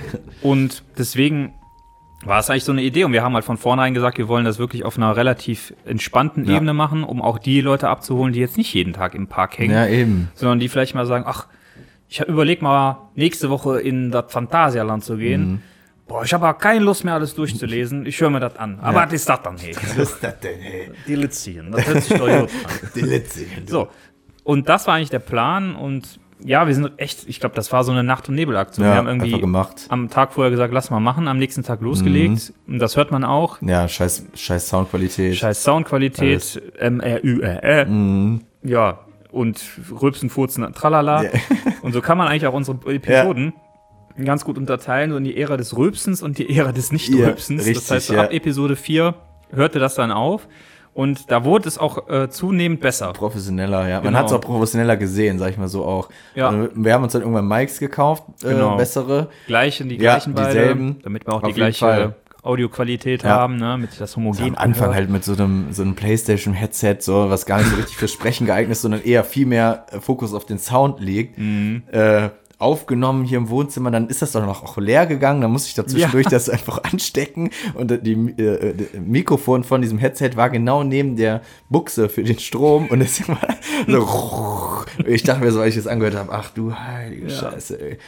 Und deswegen war es eigentlich so eine Idee und wir haben halt von vornherein gesagt, wir wollen das wirklich auf einer relativ entspannten Ja. Ebene machen, um auch die Leute abzuholen, die jetzt nicht jeden Tag im Park hängen, Ja, eben. sondern die vielleicht mal sagen, ach, ich überleg mal nächste Woche in das Phantasialand zu gehen. Mhm. Boah, ich habe aber keine Lust mehr alles durchzulesen. Ich höre mir das an. Aber Ja. was ist das dann, hey? Was ist das denn, hey? Die Litzchen. Das hört sich doch gut an. Die letzte. So. Und das war eigentlich der Plan und ja, wir sind echt, ich glaube, das war so eine Nacht- und Nebelaktion. Ja, wir haben irgendwie einfach gemacht. am Tag vorher gesagt, lass mal machen, am nächsten Tag losgelegt. Und das hört man auch. Ja, scheiß, scheiß Soundqualität. Scheiß Soundqualität, M R Ü R Ä. Mhm. Ja, und Rülpsen, Furzen, tralala. Ja. Und so kann man eigentlich auch unsere Episoden ganz gut unterteilen, so in die Ära des Rülpsens und die Ära des Nicht-Rülpsens. Ja, das heißt, so richtig, ab ja. Episode vier hörte das dann auf. Und da wurde es auch äh, zunehmend besser. Professioneller, ja. Man Genau. hat es auch professioneller gesehen, sag ich mal so auch. Ja. Also wir haben uns dann irgendwann Mics gekauft, äh, Genau. bessere. Gleichen, die Ja, gleichen beide, dieselben. damit wir auch Auf die jeden gleiche Fall. Audioqualität Ja. haben, ne, mit das homogen. Am Anfang halt mit so einem, so einem PlayStation-Headset, so, was gar nicht so richtig fürs Sprechen geeignet ist, sondern eher viel mehr äh, Fokus auf den Sound legt. Mhm. Äh, aufgenommen hier im Wohnzimmer, dann ist das doch noch auch leer gegangen, dann musste ich da zwischendurch Ja. das einfach anstecken und die äh, das Mikrofon von diesem Headset war genau neben der Buchse für den Strom und es war so ich dachte mir so, als ich das angehört habe, ach du heilige Ja. Scheiße, ey.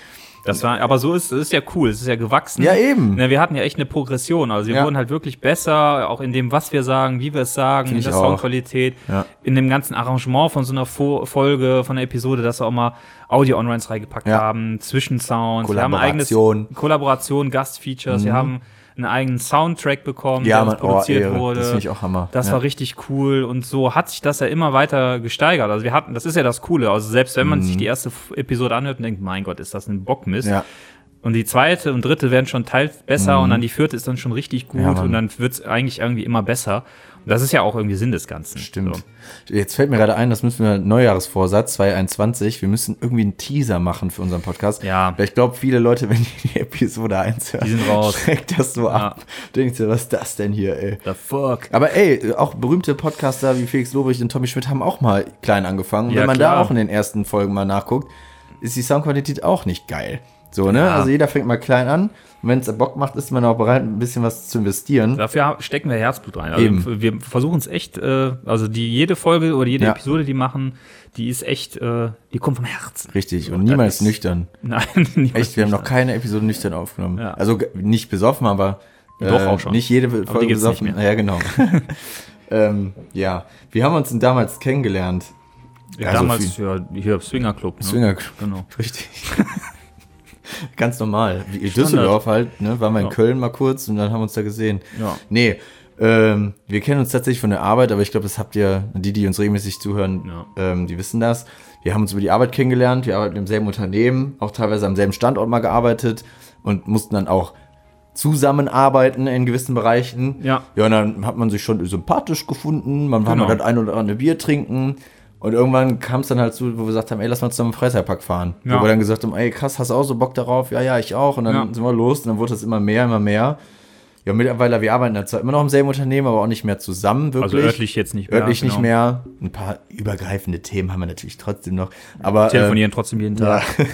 Das war, aber so ist es ist ja cool, es ist ja gewachsen. Ja, eben. Na, wir hatten ja echt eine Progression, also wir Ja. wurden halt wirklich besser, auch in dem, was wir sagen, wie wir es sagen, Find in ich der auch. Soundqualität, Ja. in dem ganzen Arrangement von so einer Fo- Folge, von der Episode, dass wir auch mal Audio-On-Runs reingepackt Ja. haben, Zwischensounds, wir haben ein eigenes Kollaboration. Kollaboration, Gastfeatures, wir haben einen eigenen Soundtrack bekommen, Ja, der Mann, uns produziert oh, Ehre. wurde. Das finde ich auch Hammer. Das Ja. war richtig cool und so hat sich das ja immer weiter gesteigert. Also wir hatten, das ist ja das Coole. Also selbst wenn man sich die erste F- Episode anhört und denkt, mein Gott, ist das ein Bockmist. Ja. Und die zweite und dritte werden schon teils besser und dann die vierte ist dann schon richtig gut Ja, Mann. und dann wird's eigentlich irgendwie immer besser. Und das ist ja auch irgendwie Sinn des Ganzen. Stimmt. So. Jetzt fällt mir gerade ein, das müssen wir, Neujahresvorsatz zwanzig einundzwanzig, wir müssen irgendwie einen Teaser machen für unseren Podcast. Ja. Weil ich glaube, viele Leute, wenn die die Episode eins hören, Die sind raus. schreckt das so ab. Denkt ihr, was ist das denn hier, ey? The fuck. Aber ey, auch berühmte Podcaster wie Felix Lobrecht und Tommy Schmidt haben auch mal klein angefangen. Und Ja, wenn man klar. da auch in den ersten Folgen mal nachguckt, ist die Soundqualität auch nicht geil. So, ne? Ja. Also jeder fängt mal klein an. Und wenn es Bock macht, ist man auch bereit, ein bisschen was zu investieren. Dafür stecken wir Herzblut rein. Also Eben. wir versuchen es echt, äh, also die jede Folge oder jede Ja. Episode, die machen, die ist echt, äh, die kommt vom Herzen. Richtig. Und So, niemals das ist- nüchtern. Nein, niemals Echt, wir haben noch nüchtern. keine Episode nüchtern aufgenommen. Ja. Also g- nicht besoffen, aber äh, Doch, auch schon. nicht jede die Folge gibt's nicht besoffen. mehr. Ja, genau. ähm, ja, wie haben wir uns denn damals kennengelernt? Ja, Also damals viel- ja, hier Swinger Club. Ne? Swinger, Genau. richtig. Ganz normal. Wie in Düsseldorf halt, ne? Waren wir in Ja. Köln mal kurz und dann haben wir uns da gesehen. Ja. Nee, ähm, wir kennen uns tatsächlich von der Arbeit, aber ich glaube, das habt ihr, die, die uns regelmäßig zuhören, Ja. ähm, die wissen das. Wir haben uns über die Arbeit kennengelernt, wir arbeiten im selben Unternehmen, auch teilweise am selben Standort mal gearbeitet und mussten dann auch zusammenarbeiten in gewissen Bereichen. Ja. Ja, und dann hat man sich schon sympathisch gefunden, man war Genau. mal das ein oder andere Bier trinken. Und irgendwann kam es dann halt zu, wo wir gesagt haben, ey, lass mal zusammen im Freizeitpark fahren. Ja. Wo wir dann gesagt haben, ey, krass, hast du auch so Bock darauf? Ja, ja, ich auch. Und dann Ja. sind wir los und dann wurde das immer mehr, immer mehr. Ja, mittlerweile, wir arbeiten da zwar immer noch im selben Unternehmen, aber auch nicht mehr zusammen, wirklich. Also örtlich jetzt nicht mehr. Örtlich genau. nicht mehr. Ein paar übergreifende Themen haben wir natürlich trotzdem noch. Aber Telefonieren trotzdem jeden Tag. ja.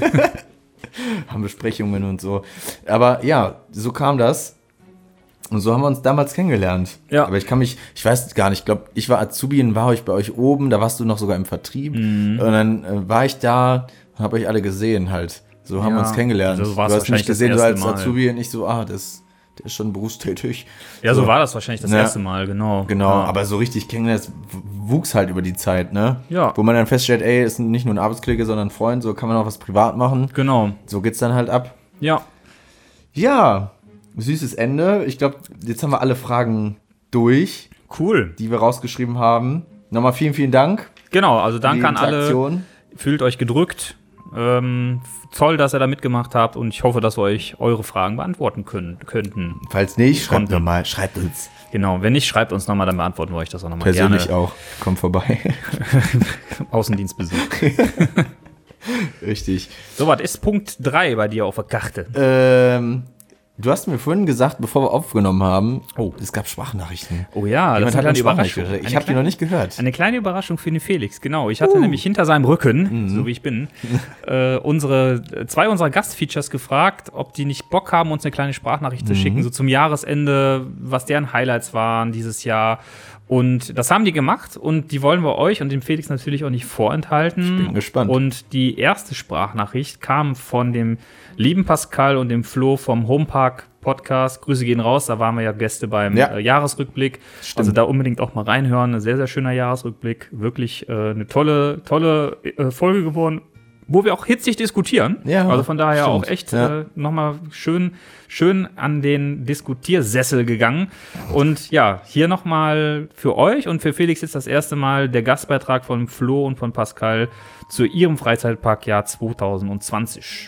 haben Besprechungen und so. Aber ja, so kam das. Und so haben wir uns damals kennengelernt. Ja. Aber ich kann mich, ich weiß gar nicht, ich glaube, ich war Azubi und war euch bei euch oben, da warst du noch sogar im Vertrieb. Mhm. Und dann äh, war ich da und habe euch alle gesehen halt. So haben Ja. wir uns kennengelernt. Also du war's hast wahrscheinlich mich gesehen, das du erste als Mal. Azubi und ich so, ah, das, der ist schon berufstätig. Ja, so war das wahrscheinlich das Ja. erste Mal, genau. Genau, Ja. aber so richtig kennengelernt, das wuchs halt über die Zeit, ne? Ja. Wo man dann feststellt, ey, ist nicht nur ein Arbeitskollege, sondern ein Freund, so kann man auch was privat machen. Genau. So geht's dann halt ab. Ja. Ja, süßes Ende. Ich glaube, jetzt haben wir alle Fragen durch, Cool. die wir rausgeschrieben haben. Nochmal vielen, vielen Dank. Genau, also für danke die an alle. Interaktion. Fühlt euch gedrückt. Ähm, toll, dass ihr da mitgemacht habt und ich hoffe, dass wir euch eure Fragen beantworten können, könnten. Falls nicht, schreibt Konnten. nochmal, schreibt uns. Genau, wenn nicht, schreibt uns nochmal, dann beantworten wir euch das auch nochmal Persönlich gerne. auch. Kommt vorbei. Außendienstbesuch. Richtig. So, was ist Punkt drei bei dir auf der Karte? Ähm, du hast mir vorhin gesagt, bevor wir aufgenommen haben, Oh. es gab Sprachnachrichten. Oh ja, Jemand das ist hat eine eine Überraschung. Sprachnachricht. Ich Eine habe die kleine- noch nicht gehört. Eine kleine Überraschung für den Felix, genau. Ich hatte nämlich hinter seinem Rücken, Mhm. so wie ich bin, äh, unsere, zwei unserer Gastfeatures gefragt, ob die nicht Bock haben, uns eine kleine Sprachnachricht zu Mhm. schicken, so zum Jahresende, was deren Highlights waren dieses Jahr. Und das haben die gemacht und die wollen wir euch und dem Felix natürlich auch nicht vorenthalten. Ich bin gespannt. Und die erste Sprachnachricht kam von dem lieben Pascal und dem Flo vom Homepark Podcast. Grüße gehen raus, da waren wir ja Gäste beim Ja. äh, Jahresrückblick. Stimmt. Also da unbedingt auch mal reinhören. Ein sehr, sehr schöner Jahresrückblick. Wirklich äh, eine tolle, tolle äh, Folge geworden, wo wir auch hitzig diskutieren. Ja, also von daher stimmt. auch echt Ja. äh, nochmal schön, schön an den Diskutiersessel gegangen. Und ja, hier nochmal für euch und für Felix jetzt das erste Mal der Gastbeitrag von Flo und von Pascal zu ihrem Freizeitparkjahr zwanzig zwanzig.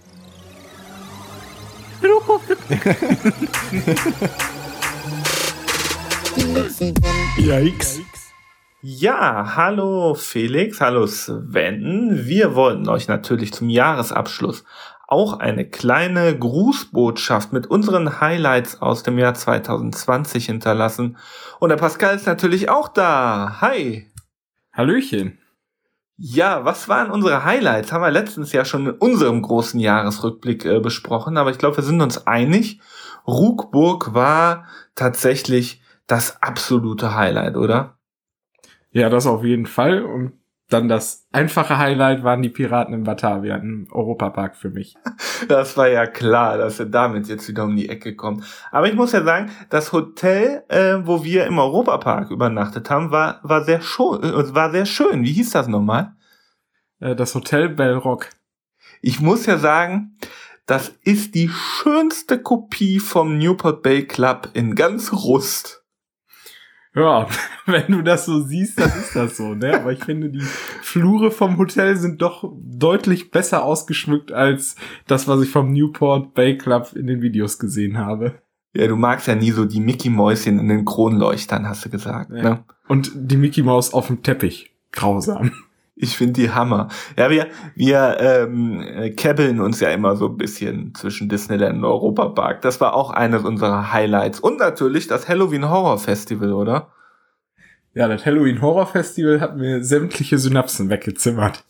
Yikes. Ja, hallo Felix, hallo Sven. Wir wollten euch natürlich zum Jahresabschluss auch eine kleine Grußbotschaft mit unseren Highlights aus dem Jahr zwanzig zwanzig hinterlassen. Und der Pascal ist natürlich auch da. Hi. Hallöchen. Ja, was waren unsere Highlights? Haben wir letztens ja schon in unserem großen Jahresrückblick äh, besprochen, aber ich glaube, wir sind uns einig. Ruckburg war tatsächlich das absolute Highlight, oder? Ja, das auf jeden Fall. Und dann das einfache Highlight waren die Piraten im Batavia im Europapark für mich. Das war ja klar, dass er damit jetzt wieder um die Ecke kommt. Aber ich muss ja sagen, das Hotel, äh, wo wir im Europapark übernachtet haben, war, war sehr schön, äh, war sehr schön. Wie hieß das nochmal? Äh, das Hotel Bellrock. Ich muss ja sagen, das ist die schönste Kopie vom Newport Bay Club in ganz Rust. Ja, wenn du das so siehst, dann ist das so, ne? Aber ich finde, die Flure vom Hotel sind doch deutlich besser ausgeschmückt als das, was ich vom Newport Bay Club in den Videos gesehen habe. Ja, du magst ja nie so die Mickey-Mäuschen in den Kronleuchtern, hast du gesagt, Ja. ne? Und die Mickey Maus auf dem Teppich. Grausam. Ich finde die Hammer. Ja, wir, wir ähm, äh, käbbeln uns ja immer so ein bisschen zwischen Disneyland und Europapark. Das war auch eines unserer Highlights. Und natürlich das Halloween Horror Festival, oder? Ja, das Halloween Horror Festival hat mir sämtliche Synapsen weggezimmert.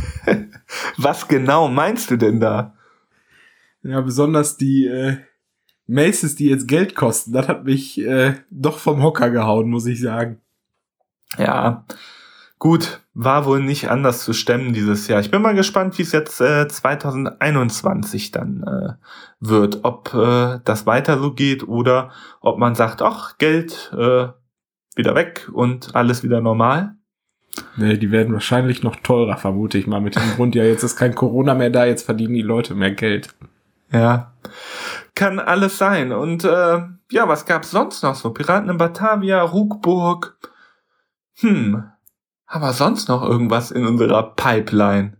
Was genau meinst du denn da? Ja, besonders die äh, Maces, die jetzt Geld kosten, das hat mich äh, doch vom Hocker gehauen, muss ich sagen. Ja, gut, war wohl nicht anders zu stemmen dieses Jahr. Ich bin mal gespannt, wie es jetzt äh, zwanzig einundzwanzig dann äh, wird. Ob äh, das weiter so geht oder ob man sagt, ach, Geld äh, wieder weg und alles wieder normal. Nee, die werden wahrscheinlich noch teurer, vermute ich mal. Mit dem Grund, ja, jetzt ist kein Corona mehr da, jetzt verdienen die Leute mehr Geld. Ja, kann alles sein. Und äh, ja, was gab's sonst noch so? Piraten in Batavia, Rugburg. Hm, haben wir sonst noch irgendwas in unserer Pipeline?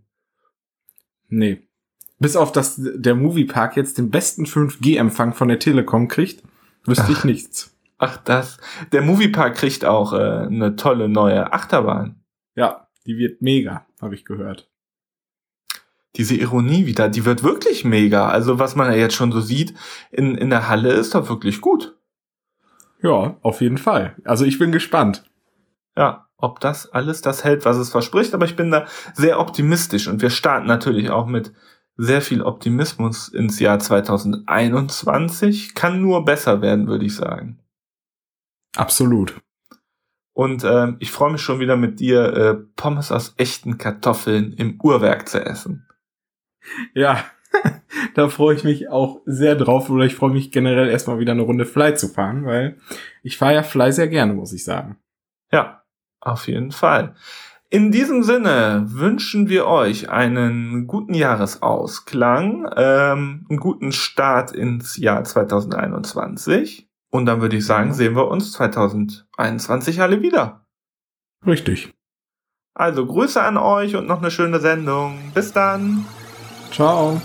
Nee. Bis auf, dass der Moviepark jetzt den besten fünf G Empfang von der Telekom kriegt, wüsste Ach. ich nichts. Ach, das. Der Moviepark kriegt auch äh, eine tolle neue Achterbahn. Ja, die wird mega, habe ich gehört. Diese Ironie wieder, die wird wirklich mega. Also was man ja jetzt schon so sieht, in, in der Halle ist doch wirklich gut. Ja, auf jeden Fall. Also ich bin gespannt. Ja, ob das alles das hält, was es verspricht. Aber ich bin da sehr optimistisch. Und wir starten natürlich auch mit sehr viel Optimismus ins Jahr zwanzig einundzwanzig. Kann nur besser werden, würde ich sagen. Absolut. Und äh, ich freue mich schon wieder mit dir, äh, Pommes aus echten Kartoffeln im Uhrwerk zu essen. Ja, da freue ich mich auch sehr drauf. Oder ich freue mich generell erstmal wieder eine Runde Fly zu fahren, weil ich fahre ja Fly sehr gerne, muss ich sagen. Ja, auf jeden Fall. In diesem Sinne wünschen wir euch einen guten Jahresausklang, ähm, einen guten Start ins Jahr zwanzig einundzwanzig. Und dann würde ich sagen, sehen wir uns zwanzig einundzwanzig alle wieder. Richtig. Also Grüße an euch und noch eine schöne Sendung. Bis dann. Ciao.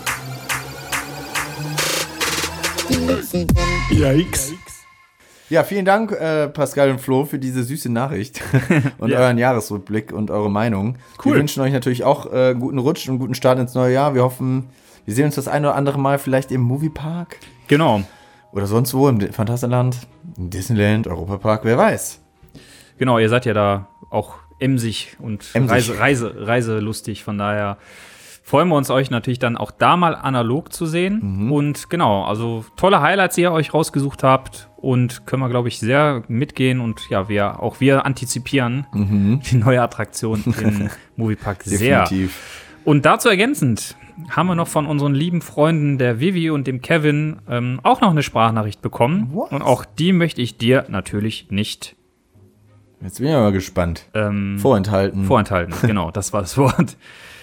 Yikes. Ja, vielen Dank, äh, Pascal und Flo, für diese süße Nachricht und Ja. euren Jahresrückblick und eure Meinung. Cool. Wir wünschen euch natürlich auch äh, einen guten Rutsch und einen guten Start ins neue Jahr. Wir hoffen, wir sehen uns das ein oder andere Mal vielleicht im Moviepark Genau. oder sonst wo, im Phantasialand, im Disneyland, Europapark, wer weiß. Genau, ihr seid ja da auch emsig und Emsig. Reise, Reise, reiselustig. Von daher freuen wir uns, euch natürlich dann auch da mal analog zu sehen. Mhm. Und genau, also tolle Highlights, die ihr euch rausgesucht habt. Und können wir, glaube ich, sehr mitgehen. Und ja, wir auch wir antizipieren Mhm. die neue Attraktion im Moviepark sehr. Definitiv. Und dazu ergänzend haben wir noch von unseren lieben Freunden der Vivi und dem Kevin ähm, auch noch eine Sprachnachricht bekommen. What? Und auch die möchte ich dir natürlich nicht Jetzt bin ich mal gespannt. ähm, Vorenthalten. vorenthalten. Genau, das war das Wort.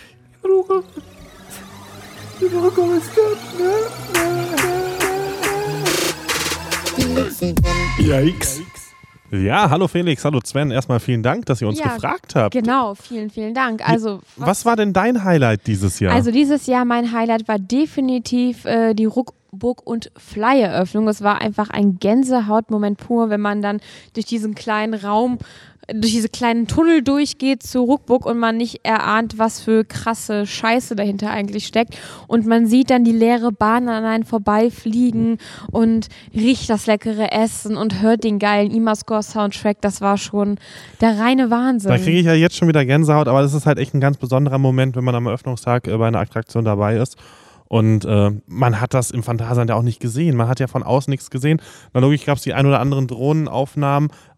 Yikes. Ja, hallo Felix, hallo Sven. Erstmal vielen Dank, dass ihr uns Ja, gefragt habt. Genau, vielen, vielen Dank. Also, Was war denn dein Highlight dieses Jahr? also dieses Jahr mein Highlight war definitiv äh, die Ruckburg und Fly-Eröffnung. Es war einfach ein Gänsehautmoment pur, wenn man dann durch diesen kleinen Raum, durch diese kleinen Tunnel durchgeht zur Ruckburg und man nicht erahnt, was für krasse Scheiße dahinter eigentlich steckt. Und man sieht dann die leere Bahn an einen vorbeifliegen und riecht das leckere Essen und hört den geilen Imascore-Soundtrack. Das war schon der reine Wahnsinn. Da kriege ich ja jetzt schon wieder Gänsehaut, aber das ist halt echt ein ganz besonderer Moment, wenn man am Eröffnungstag äh, bei einer Attraktion dabei ist. Und äh, man hat das im Phantasialand ja auch nicht gesehen. Man hat ja von außen nichts gesehen. Na logisch gab es die ein oder anderen Drohnenaufnahmen,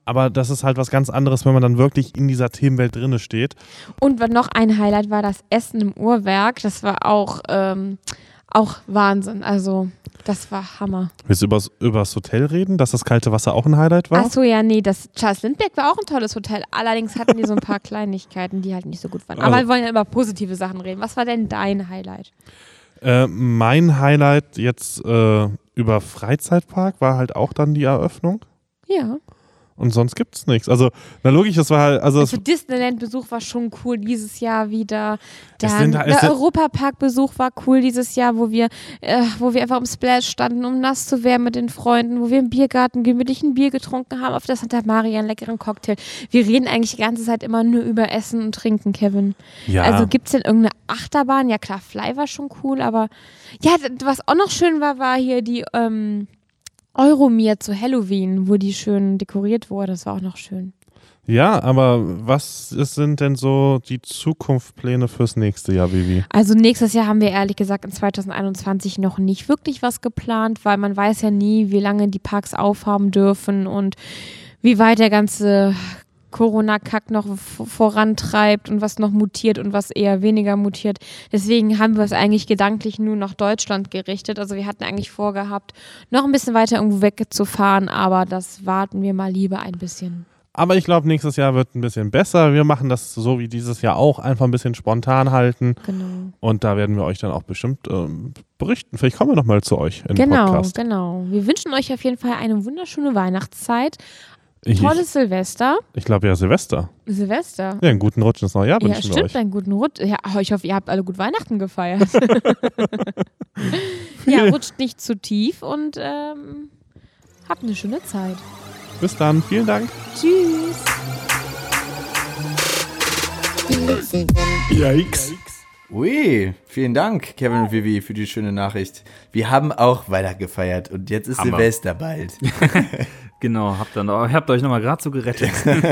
aber das ist halt was ganz anderes, wenn man dann wirklich in dieser Themenwelt drinne steht. Und was noch ein Highlight war das Essen im Uhrwerk. Das war auch, ähm, auch Wahnsinn. Also, das war Hammer. Willst du übers, übers Hotel reden, dass das kalte Wasser auch ein Highlight war? Ach so, ja, nee, das Charles Lindbergh war auch ein tolles Hotel. Allerdings hatten die so ein paar Kleinigkeiten, die halt nicht so gut waren. Aber Also- wir wollen ja über positive Sachen reden. Was war denn dein Highlight? Äh, mein Highlight jetzt äh, über Freizeitpark war halt auch dann die Eröffnung. Ja. Und sonst gibt's nichts. Also, na logisch, das war halt, also, Also es, Disneyland-Besuch war schon cool dieses Jahr wieder. Es Dann sind halt- es der sind- Europapark-Besuch war cool dieses Jahr, wo wir, äh, wo wir einfach im Splash standen, um nass zu werden mit den Freunden, wo wir im Biergarten gemütlich ein Bier getrunken haben, auf der Santa Maria einen leckeren Cocktail. Wir reden eigentlich die ganze Zeit immer nur über Essen und Trinken, Kevin. ja. Also gibt's denn irgendeine Achterbahn? Ja klar, Fly war schon cool, aber ja, d- was auch noch schön war, war hier die ähm, Euromir zu Halloween, wo die schön dekoriert wurde. Das war auch noch schön. ja, aber was ist, sind denn so die Zukunftspläne fürs nächste Jahr, Vivi? Also nächstes Jahr haben wir ehrlich gesagt in zwanzig einundzwanzig noch nicht wirklich was geplant, weil man weiß ja nie, wie lange die Parks aufhaben dürfen und wie weit der ganze Corona-Kack noch v- vorantreibt und was noch mutiert und was eher weniger mutiert. Deswegen haben wir es eigentlich gedanklich nur nach Deutschland gerichtet. Also wir hatten eigentlich vorgehabt, noch ein bisschen weiter irgendwo wegzufahren, aber das warten wir mal lieber ein bisschen. Aber ich glaube, nächstes Jahr wird ein bisschen besser. Wir machen das so wie dieses Jahr auch, einfach ein bisschen spontan halten. Genau. Und da werden wir euch dann auch bestimmt ähm, berichten. Vielleicht kommen wir nochmal zu euch in den Genau, Podcast. genau. Wir wünschen euch auf jeden Fall eine wunderschöne Weihnachtszeit. Ich, Tolles Silvester. ich glaube ja Silvester. Silvester. Ja, einen guten Rutsch ins neue Jahr Ja, wünschen wir stimmt, euch. einen guten Rutsch. Ja, oh, ich hoffe, ihr habt alle gut Weihnachten gefeiert. Ja, rutscht nicht zu tief und ähm, habt eine schöne Zeit. Bis dann, vielen Dank. Tschüss. Yikes. Ui, vielen Dank, Kevin und Vivi, für die schöne Nachricht. Wir haben auch Weihnachten gefeiert und jetzt ist Hammer. Silvester bald. Genau, habt, dann, habt euch nochmal gerade so gerettet.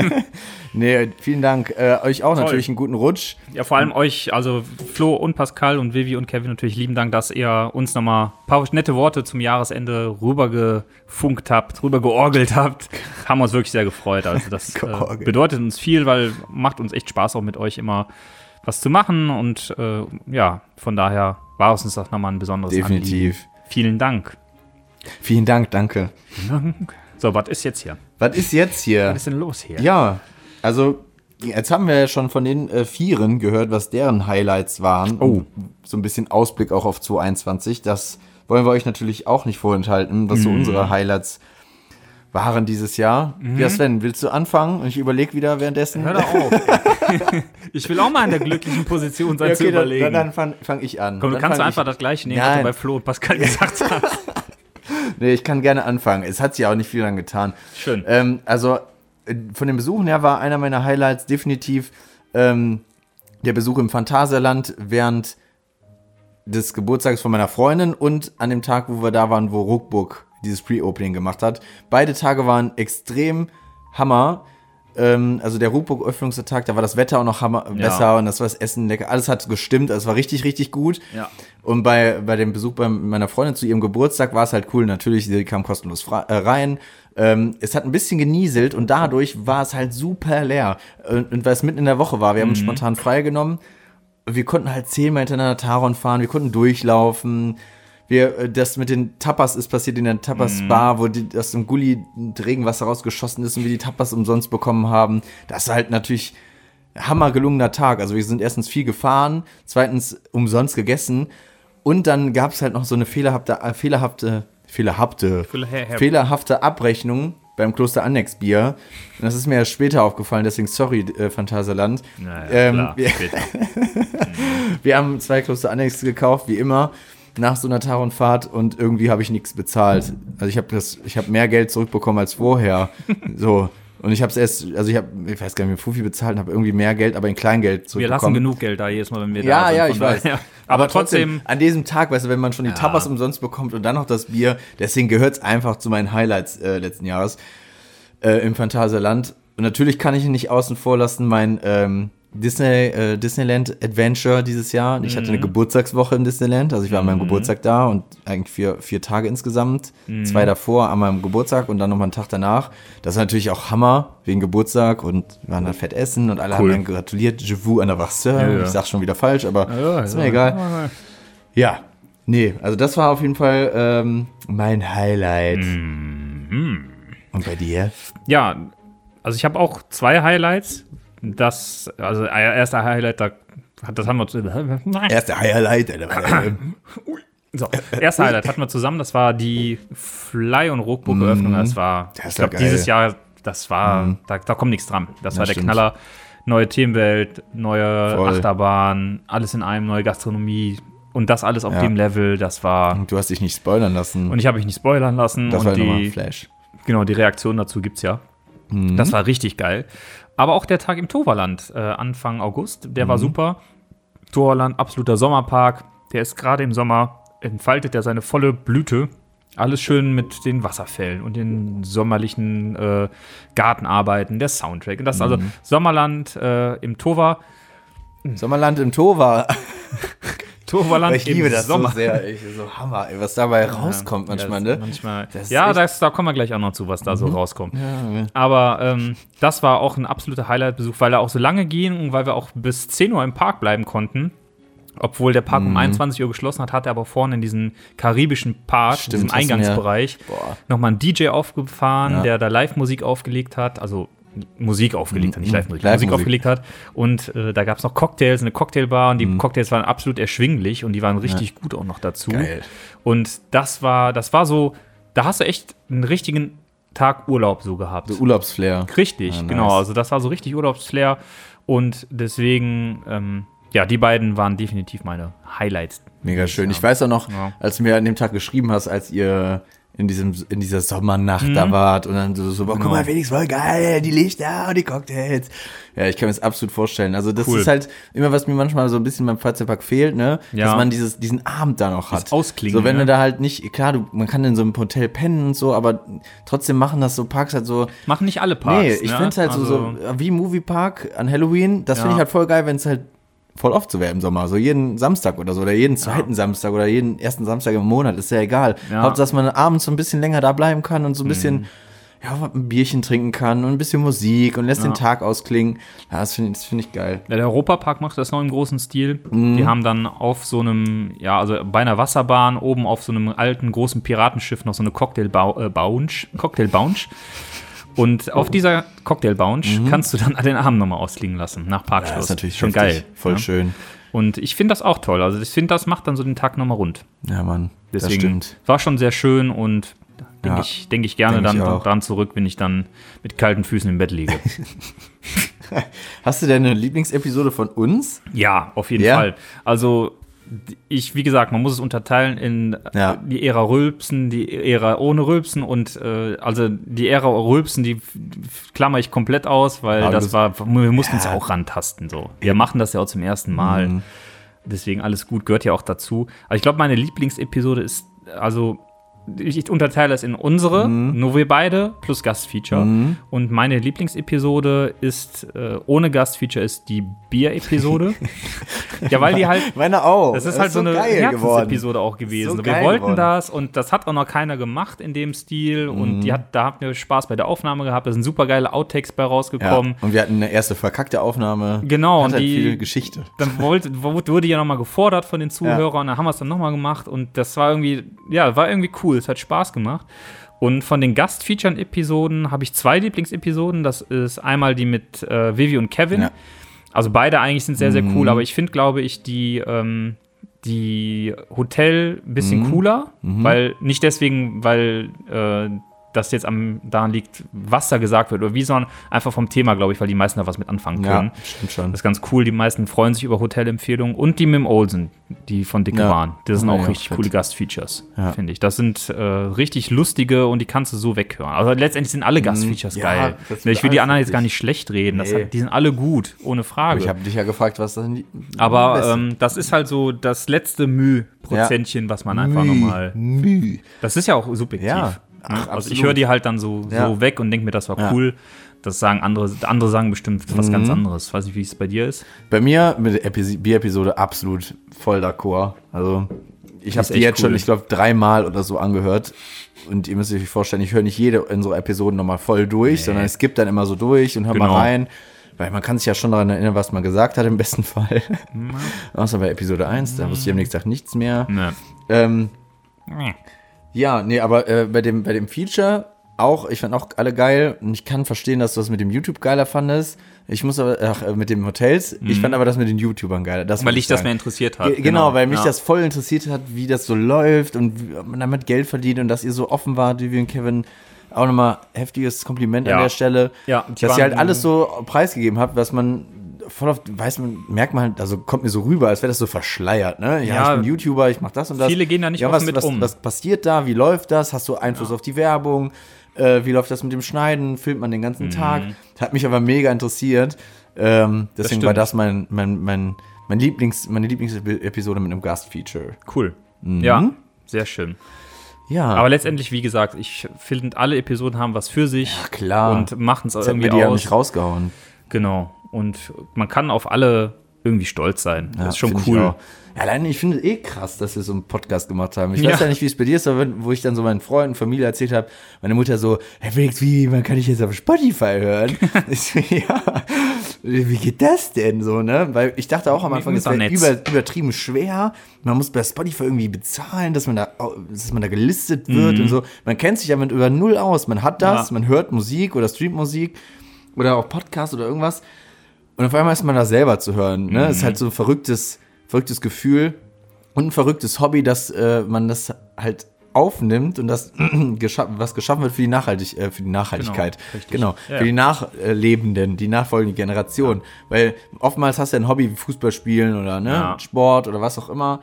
Nee, vielen Dank. Äh, euch auch Toll. natürlich einen guten Rutsch. Ja, vor allem euch, also Flo und Pascal und Vivi und Kevin natürlich lieben Dank, dass ihr uns nochmal ein paar nette Worte zum Jahresende rübergefunkt habt, rübergeorgelt habt. Haben uns wirklich sehr gefreut. Also das äh, Georgelt. bedeutet uns viel, weil macht uns echt Spaß auch mit euch immer was zu machen und äh, ja, von daher war es uns das nochmal ein besonderes Anliegen. Definitiv. Vielen Dank. Vielen Dank, danke. So, was ist jetzt hier? Was ist jetzt hier? Was ist denn los hier? Ja, also jetzt haben wir ja schon von den äh, Vieren gehört, was deren Highlights waren. Oh. Und so ein bisschen Ausblick auch auf zwanzig einundzwanzig. Das wollen wir euch natürlich auch nicht vorenthalten, was so Mhm. unsere Highlights waren dieses Jahr. Ja, Sven, willst du anfangen? Und ich überlege wieder währenddessen. Hör doch auf. Ich will auch mal in der glücklichen Position sein Ja, zu okay, dann, überlegen. dann, dann fange fang ich an. Komm, du Dann kannst fang einfach ich, das gleiche nehmen, was Nein. du bei Flo und Pascal gesagt hast. Nee, ich kann gerne anfangen. Es hat sich auch nicht viel dran getan. Schön. Ähm, also äh, von den Besuchen her war einer meiner Highlights definitiv ähm, der Besuch im Phantasialand während des Geburtstags von meiner Freundin und an dem Tag, wo wir da waren, wo Ruckburg dieses Pre-Opening gemacht hat. Beide Tage waren extrem Hammer. Ähm, also der Ruckburg-Öffnungstag, da war das Wetter auch noch Hammer, Ja. besser und das war das Essen lecker. Alles hat gestimmt, also es war richtig, richtig gut. Ja. Und bei, bei dem Besuch bei meiner Freundin zu ihrem Geburtstag war es halt cool. Natürlich, sie kam kostenlos fra- äh, rein. Ähm, es hat ein bisschen genieselt und dadurch war es halt super leer. Und, und weil es mitten in der Woche war, wir haben uns spontan freigenommen. Wir konnten halt zehnmal hintereinander Taron fahren, wir konnten durchlaufen. Wir, äh, das mit den Tapas ist passiert in der Tapas-Bar, wo die, aus dem Gully Regenwasser rausgeschossen ist und wir die Tapas umsonst bekommen haben. Das ist halt natürlich hammer gelungener Tag. Also wir sind erstens viel gefahren, zweitens umsonst gegessen und dann gab es halt noch so eine fehlerhafte, äh, fehlerhafte, fehlerhafte, Fehlerhafte. fehlerhafte Abrechnung beim Kloster Annex Bier. Und das ist mir erst später aufgefallen, deswegen sorry, äh, Phantasialand. Naja, Ähm, klar, wir- später. Wir haben zwei Kloster Annex gekauft, wie immer, nach so einer Taronfahrt und irgendwie habe ich nichts bezahlt. Also ich habe das, ich habe mehr Geld zurückbekommen als vorher. So. Und ich habe es erst, also ich habe, ich weiß gar nicht, wie viel bezahlt und habe irgendwie mehr Geld, aber in Kleingeld Wir zurückbekommen. lassen genug Geld da jedes Mal, wenn wir da Ja, sind. ja, von ich weiß. daher. Aber trotzdem, an diesem Tag, weißt du, wenn man schon die Ja. Tapas umsonst bekommt und dann noch das Bier, deswegen gehört es einfach zu meinen Highlights äh, letzten Jahres äh, im Phantasialand. Und natürlich kann ich ihn nicht außen vor lassen, mein, ähm, Disney, äh, Disneyland Adventure dieses Jahr. Und ich hatte eine Geburtstagswoche im Disneyland. Also ich war an meinem Geburtstag da und eigentlich vier, vier Tage insgesamt. Mhm. Zwei davor an meinem Geburtstag und dann nochmal einen Tag danach. Das ist natürlich auch Hammer wegen Geburtstag und wir waren dann fett essen und alle Cool. haben mir gratuliert. Je vous anniversaire. Ja, ja. Ich sag schon wieder falsch, aber Ja, ist ja. mir egal. Ja, nee, also das war auf jeden Fall ähm, mein Highlight. Mhm. Und bei dir? Ja, also ich habe auch zwei Highlights. Das, also erster Highlight, da, das haben wir zu, Erste Highlight. so, erster Highlight hatten wir zusammen, das war die Fly- und Ruckburg-Eröffnung. Das war, Das ich ist ja glaube, geil. dieses Jahr, das war, Mhm. da, da kommt nichts dran. Das Ja, war der stimmt. Knaller. Neue Themenwelt, neue Voll. Achterbahn, alles in einem, neue Gastronomie und das alles auf Ja. dem Level, das war, Du hast dich nicht spoilern lassen. und ich habe mich nicht spoilern lassen. das und war nochmal die, Flash. Genau, die Reaktion dazu gibt's ja. Mhm. Das war richtig geil. Aber auch der Tag im Toverland, äh, Anfang August, der war super. Toverland, absoluter Sommerpark. Der ist gerade im Sommer, entfaltet er seine volle Blüte. Alles schön mit den Wasserfällen und den sommerlichen äh, Gartenarbeiten, der Soundtrack. Und das also Sommerland äh, im Tover. Sommerland im Tova. Toverland Ich liebe im das Sommer. so sehr. Ich, so Hammer, ey, was dabei rauskommt manchmal, Ja, ne? manchmal. Das ist Ja, echt- das, da kommen wir gleich auch noch zu, was da so rauskommt. Aber ähm, das war auch ein absoluter Highlight-Besuch, weil er auch so lange ging und weil wir auch bis zehn Uhr im Park bleiben konnten. Obwohl der Park Mhm. um einundzwanzig Uhr geschlossen hat, hat er aber vorne in diesem karibischen Park, Stimmt, in diesem hast du mir- Eingangsbereich, Boah. nochmal einen D J aufgefahren, Ja. der da Live-Musik aufgelegt hat. Also Musik aufgelegt hat, nicht Mhm. Live-Musik, Live-Musik. Musik aufgelegt hat. Und äh, da gab es noch Cocktails, eine Cocktailbar und die Mhm. Cocktails waren absolut erschwinglich und die waren richtig gut auch noch dazu. Geil. Und das war, das war so, da hast du echt einen richtigen Tag Urlaub so gehabt. So Urlaubsflair. Richtig, Ah, nice. genau. Also das war so richtig Urlaubsflair. Und deswegen, ähm, ja, die beiden waren definitiv meine Highlights. Mega schön. Ich weiß auch noch, Ja. als du mir an dem Tag geschrieben hast, als ihr in diesem in dieser Sommernacht da wart und dann so, so boah, guck Genau. mal, Felix, voll geil, die Lichter und die Cocktails. Ja, ich kann mir das absolut vorstellen. Also das Cool. ist halt immer, was mir manchmal so ein bisschen beim Freizeitpark fehlt, ne? Ja. Dass man dieses, diesen Abend da noch hat. Das Ausklingen, So, wenn ne? du da halt nicht, klar, du, man kann in so einem Hotel pennen und so, aber trotzdem machen das so Parks halt so. Machen nicht alle Parks. Nee, ich ne? finde es halt so, Also, so wie Moviepark an Halloween. Das finde Ja. ich halt voll geil, wenn es halt voll oft so wäre im Sommer. So jeden Samstag oder so. Oder jeden zweiten Samstag oder jeden ersten Samstag im Monat. Ist ja egal. Ja. Mhm. Hauptsache, dass man abends so ein bisschen länger da bleiben kann und so ein bisschen ja, ein Bierchen trinken kann und ein bisschen Musik und lässt Ja. den Tag ausklingen. Ja, das finde das find ich geil. Ja, der Europapark macht das noch im großen Stil. Mhm. Die haben dann auf so einem, ja, also bei einer Wasserbahn oben auf so einem alten großen Piratenschiff noch so eine Cocktail-Bounge. Äh, Bounge, Cocktail-Bounge. Und auf dieser Cocktail-Bounge kannst du dann den Abend nochmal ausklingen lassen, nach Mhm. Ja, Parkschluss. das ist natürlich schon heftig. geil. Voll ja? schön. Und ich finde das auch toll. Also ich finde, das macht dann so den Tag nochmal rund. Ja, Mann. Das Deswegen stimmt. war schon sehr schön und denke Ja. ich, denk ich gerne Denk ich dann auch. dran zurück, wenn ich dann mit kalten Füßen im Bett liege. Hast du denn eine Lieblingsepisode von uns? Ja, auf jeden Ja? Fall. Also ich, wie gesagt, man muss es unterteilen in Ja. äh, die Ära Rülpsen, die Ära ohne Rülpsen und äh, also die Ära Rülpsen, die f- f- klammer ich komplett aus, weil Ja, das das- war, wir mussten uns auch rantasten so. Wir machen das ja auch zum ersten Mal. Mhm. Deswegen alles gut, gehört ja auch dazu. Aber ich glaube, meine Lieblingsepisode ist, also ich ich unterteile es in unsere, nur wir beide, plus Gastfeature. Mhm. Und meine Lieblingsepisode ist, äh, ohne Gastfeature, ist die Bier-Episode. Ja, weil die halt, Meine auch. das ist halt so eine geil Herzensepisode auch gewesen. So wir geil wollten geworden. das und das hat auch noch keiner gemacht in dem Stil. Und Mhm. die hat, da habt ihr Spaß bei der Aufnahme gehabt. Da sind super geile Outtakes bei Ja. rausgekommen. Und wir hatten eine erste verkackte Aufnahme. Genau, Hat und halt die- viel Geschichte. Dann wollte, wurde ja nochmal gefordert von den Zuhörern, dann haben wir es dann nochmal gemacht und das war irgendwie, ja, war irgendwie cool, es hat Spaß gemacht. Und von den Gastfeaturen-Episoden habe ich zwei Lieblingsepisoden, das ist einmal die mit äh, Vivi und Kevin. Ja. Also beide eigentlich sind sehr, sehr Mhm. cool, aber ich finde, glaube ich, die, ähm, die Hotel ein bisschen Mhm. cooler, Mhm. weil, nicht deswegen, weil äh, das jetzt am daran liegt, was da gesagt wird oder wie, sondern einfach vom Thema, glaube ich, weil die meisten da was mit anfangen können. Ja, stimmt schon. Das ist ganz cool. Die meisten freuen sich über Hotelempfehlungen. Und die mit dem Olsen, die von Dicke Ja. Bahn. Das sind Ja, auch ja, richtig fett. coole Gastfeatures, Ja. finde ich. Das sind äh, richtig lustige und die kannst du so weghören. Also letztendlich sind alle Gastfeatures Ja, geil. das Ich will wird die alles anderen jetzt richtig. gar nicht schlecht reden. Das Nee. hat, die sind alle gut, ohne Aber Frage. ich habe dich ja gefragt, was das denn Aber Beste- ähm, das ist halt so das letzte Müh-Prozentchen, was man einfach Müh, nochmal. Müh. Das ist ja auch subjektiv. ne? Ach, Also ich absolut. höre die halt dann so, Ja. so weg und denke mir, das war Ja. cool. Das sagen andere, andere sagen bestimmt was Mhm. ganz anderes. Weiß nicht, wie es bei dir ist. Bei mir mit der Epi- Bier-Episode absolut voll d'accord. Also ich habe ist die echt jetzt schon, cool. ich glaube, dreimal oder so angehört. Und ihr müsst euch vorstellen, ich höre nicht jede unserer Episoden nochmal voll durch, Nee. sondern es gibt dann immer so durch und hör Genau. mal rein. Weil man kann sich ja schon daran erinnern, was man gesagt hat, im besten Fall. Außer bei Episode eins, da wusste ich am nächsten Tag nichts mehr. Ne. Ähm, ja, nee, aber äh, bei, dem, bei dem Feature auch, ich fand auch alle geil. Und ich kann verstehen, dass du das mit dem YouTube geiler fandest. Ich muss aber, ach, äh, mit den Hotels, ich fand aber das mit den YouTubern geiler. Das Weil muss dich das sagen. mehr interessiert hat. Ge- Genau, weil mich ja. das voll interessiert hat, wie das so läuft und wie ob man damit Geld verdient und dass ihr so offen wart, Vivi und Kevin. Auch nochmal heftiges Kompliment Ja. an der Stelle. Ja, die dass ihr halt waren- alles so preisgegeben habt, was man voll oft, weiß man, merkt man halt, also kommt mir so rüber, als wäre das so verschleiert, ne? Ja, Ja, ich bin YouTuber, ich mach das und das. viele gehen da nicht ja, offen was, mit was, um. Was passiert da? Wie läuft das? Hast du Einfluss auf die Werbung? Äh, wie läuft das mit dem Schneiden? Filmt man den ganzen Tag? Hat mich aber mega interessiert. Ähm, deswegen stimmt. war das mein, mein, mein, mein Lieblings, meine Lieblingsepisode mit einem Gastfeature. Cool. Mhm. Ja, sehr schön. Ja, Aber letztendlich, wie gesagt, ich finde, alle Episoden haben was für sich. Ja, klar. Und machen es das hat irgendwie mir die ja aus. nicht rausgehauen. Genau. Und man kann auf alle irgendwie stolz sein. Ja, das ist schon find ich cool. auch. Ja, allein, ich finde es eh krass, dass wir so einen Podcast gemacht haben. Ich Ja. weiß ja nicht, wie es bei dir ist, aber wenn, wo ich dann so meinen Freunden, Familie erzählt habe, meine Mutter so, Herr Felix, wie, man kann ich jetzt auf Spotify hören? Ich so, ja, wie geht das denn so, ne? Weil ich dachte auch am Mit Anfang, es wäre Internet. über, übertrieben schwer. Man muss bei Spotify irgendwie bezahlen, dass man da, dass man da gelistet wird und so. Man kennt sich damit über null aus. Man hat das, Ja. man hört Musik oder streamt Musik oder auch Podcast oder irgendwas. Und auf einmal ist man da selber zu hören. Ne? Ist halt so ein verrücktes, verrücktes Gefühl und ein verrücktes Hobby, dass äh, man das halt aufnimmt und das gescha- was geschaffen wird für die, Nachhaltig äh, für die Nachhaltigkeit. Genau, richtig. Genau, Ja. für die Nachlebenden, die nachfolgende Generation. Weil oftmals hast du ein Hobby wie Fußball spielen oder ne? Ja. Sport oder was auch immer.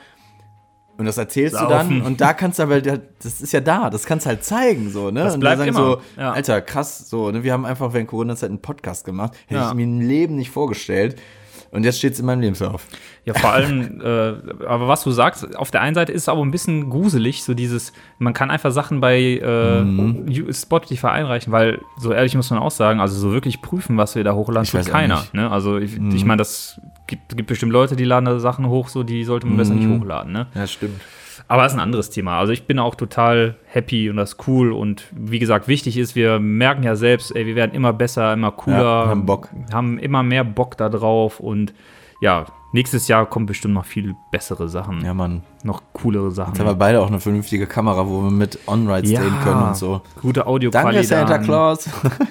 Und das erzählst du dann Saufen. und da kannst du aber, das ist ja da, das kannst du halt zeigen, so, ne? Das und bleibt dann sagen immer, so, ja. Alter, krass, so, ne? Wir haben einfach während Corona-Zeit einen Podcast gemacht, hätte Ja. ich mir im Leben nicht vorgestellt. Und jetzt steht es in meinem Lebenslauf. Ja, vor allem, äh, aber was du sagst, auf der einen Seite ist es aber ein bisschen gruselig, so dieses, man kann einfach Sachen bei äh, Mhm. Spotify einreichen, weil, so ehrlich muss man auch sagen, also so wirklich prüfen, was wir da hochladen, Ich tut weiß auch keiner. nicht. Mhm. Ne? Also ich, ich meine, das gibt, gibt bestimmt Leute, die laden da Sachen hoch, so die sollte man besser nicht Mhm. hochladen. Ne? Ja, stimmt. Aber das ist ein anderes Thema. Also ich bin auch total happy und das ist cool. Und wie gesagt, wichtig ist, wir merken ja selbst, ey, wir werden immer besser, immer cooler. Ja, haben Bock. Haben immer mehr Bock da drauf. Und ja, nächstes Jahr kommen bestimmt noch viel bessere Sachen. Ja, Mann. Noch coolere Sachen. Jetzt haben wir beide auch eine vernünftige Kamera, wo wir mit On-Rides drehen können und so. Gute Danke, Audioqualität. Santa Claus.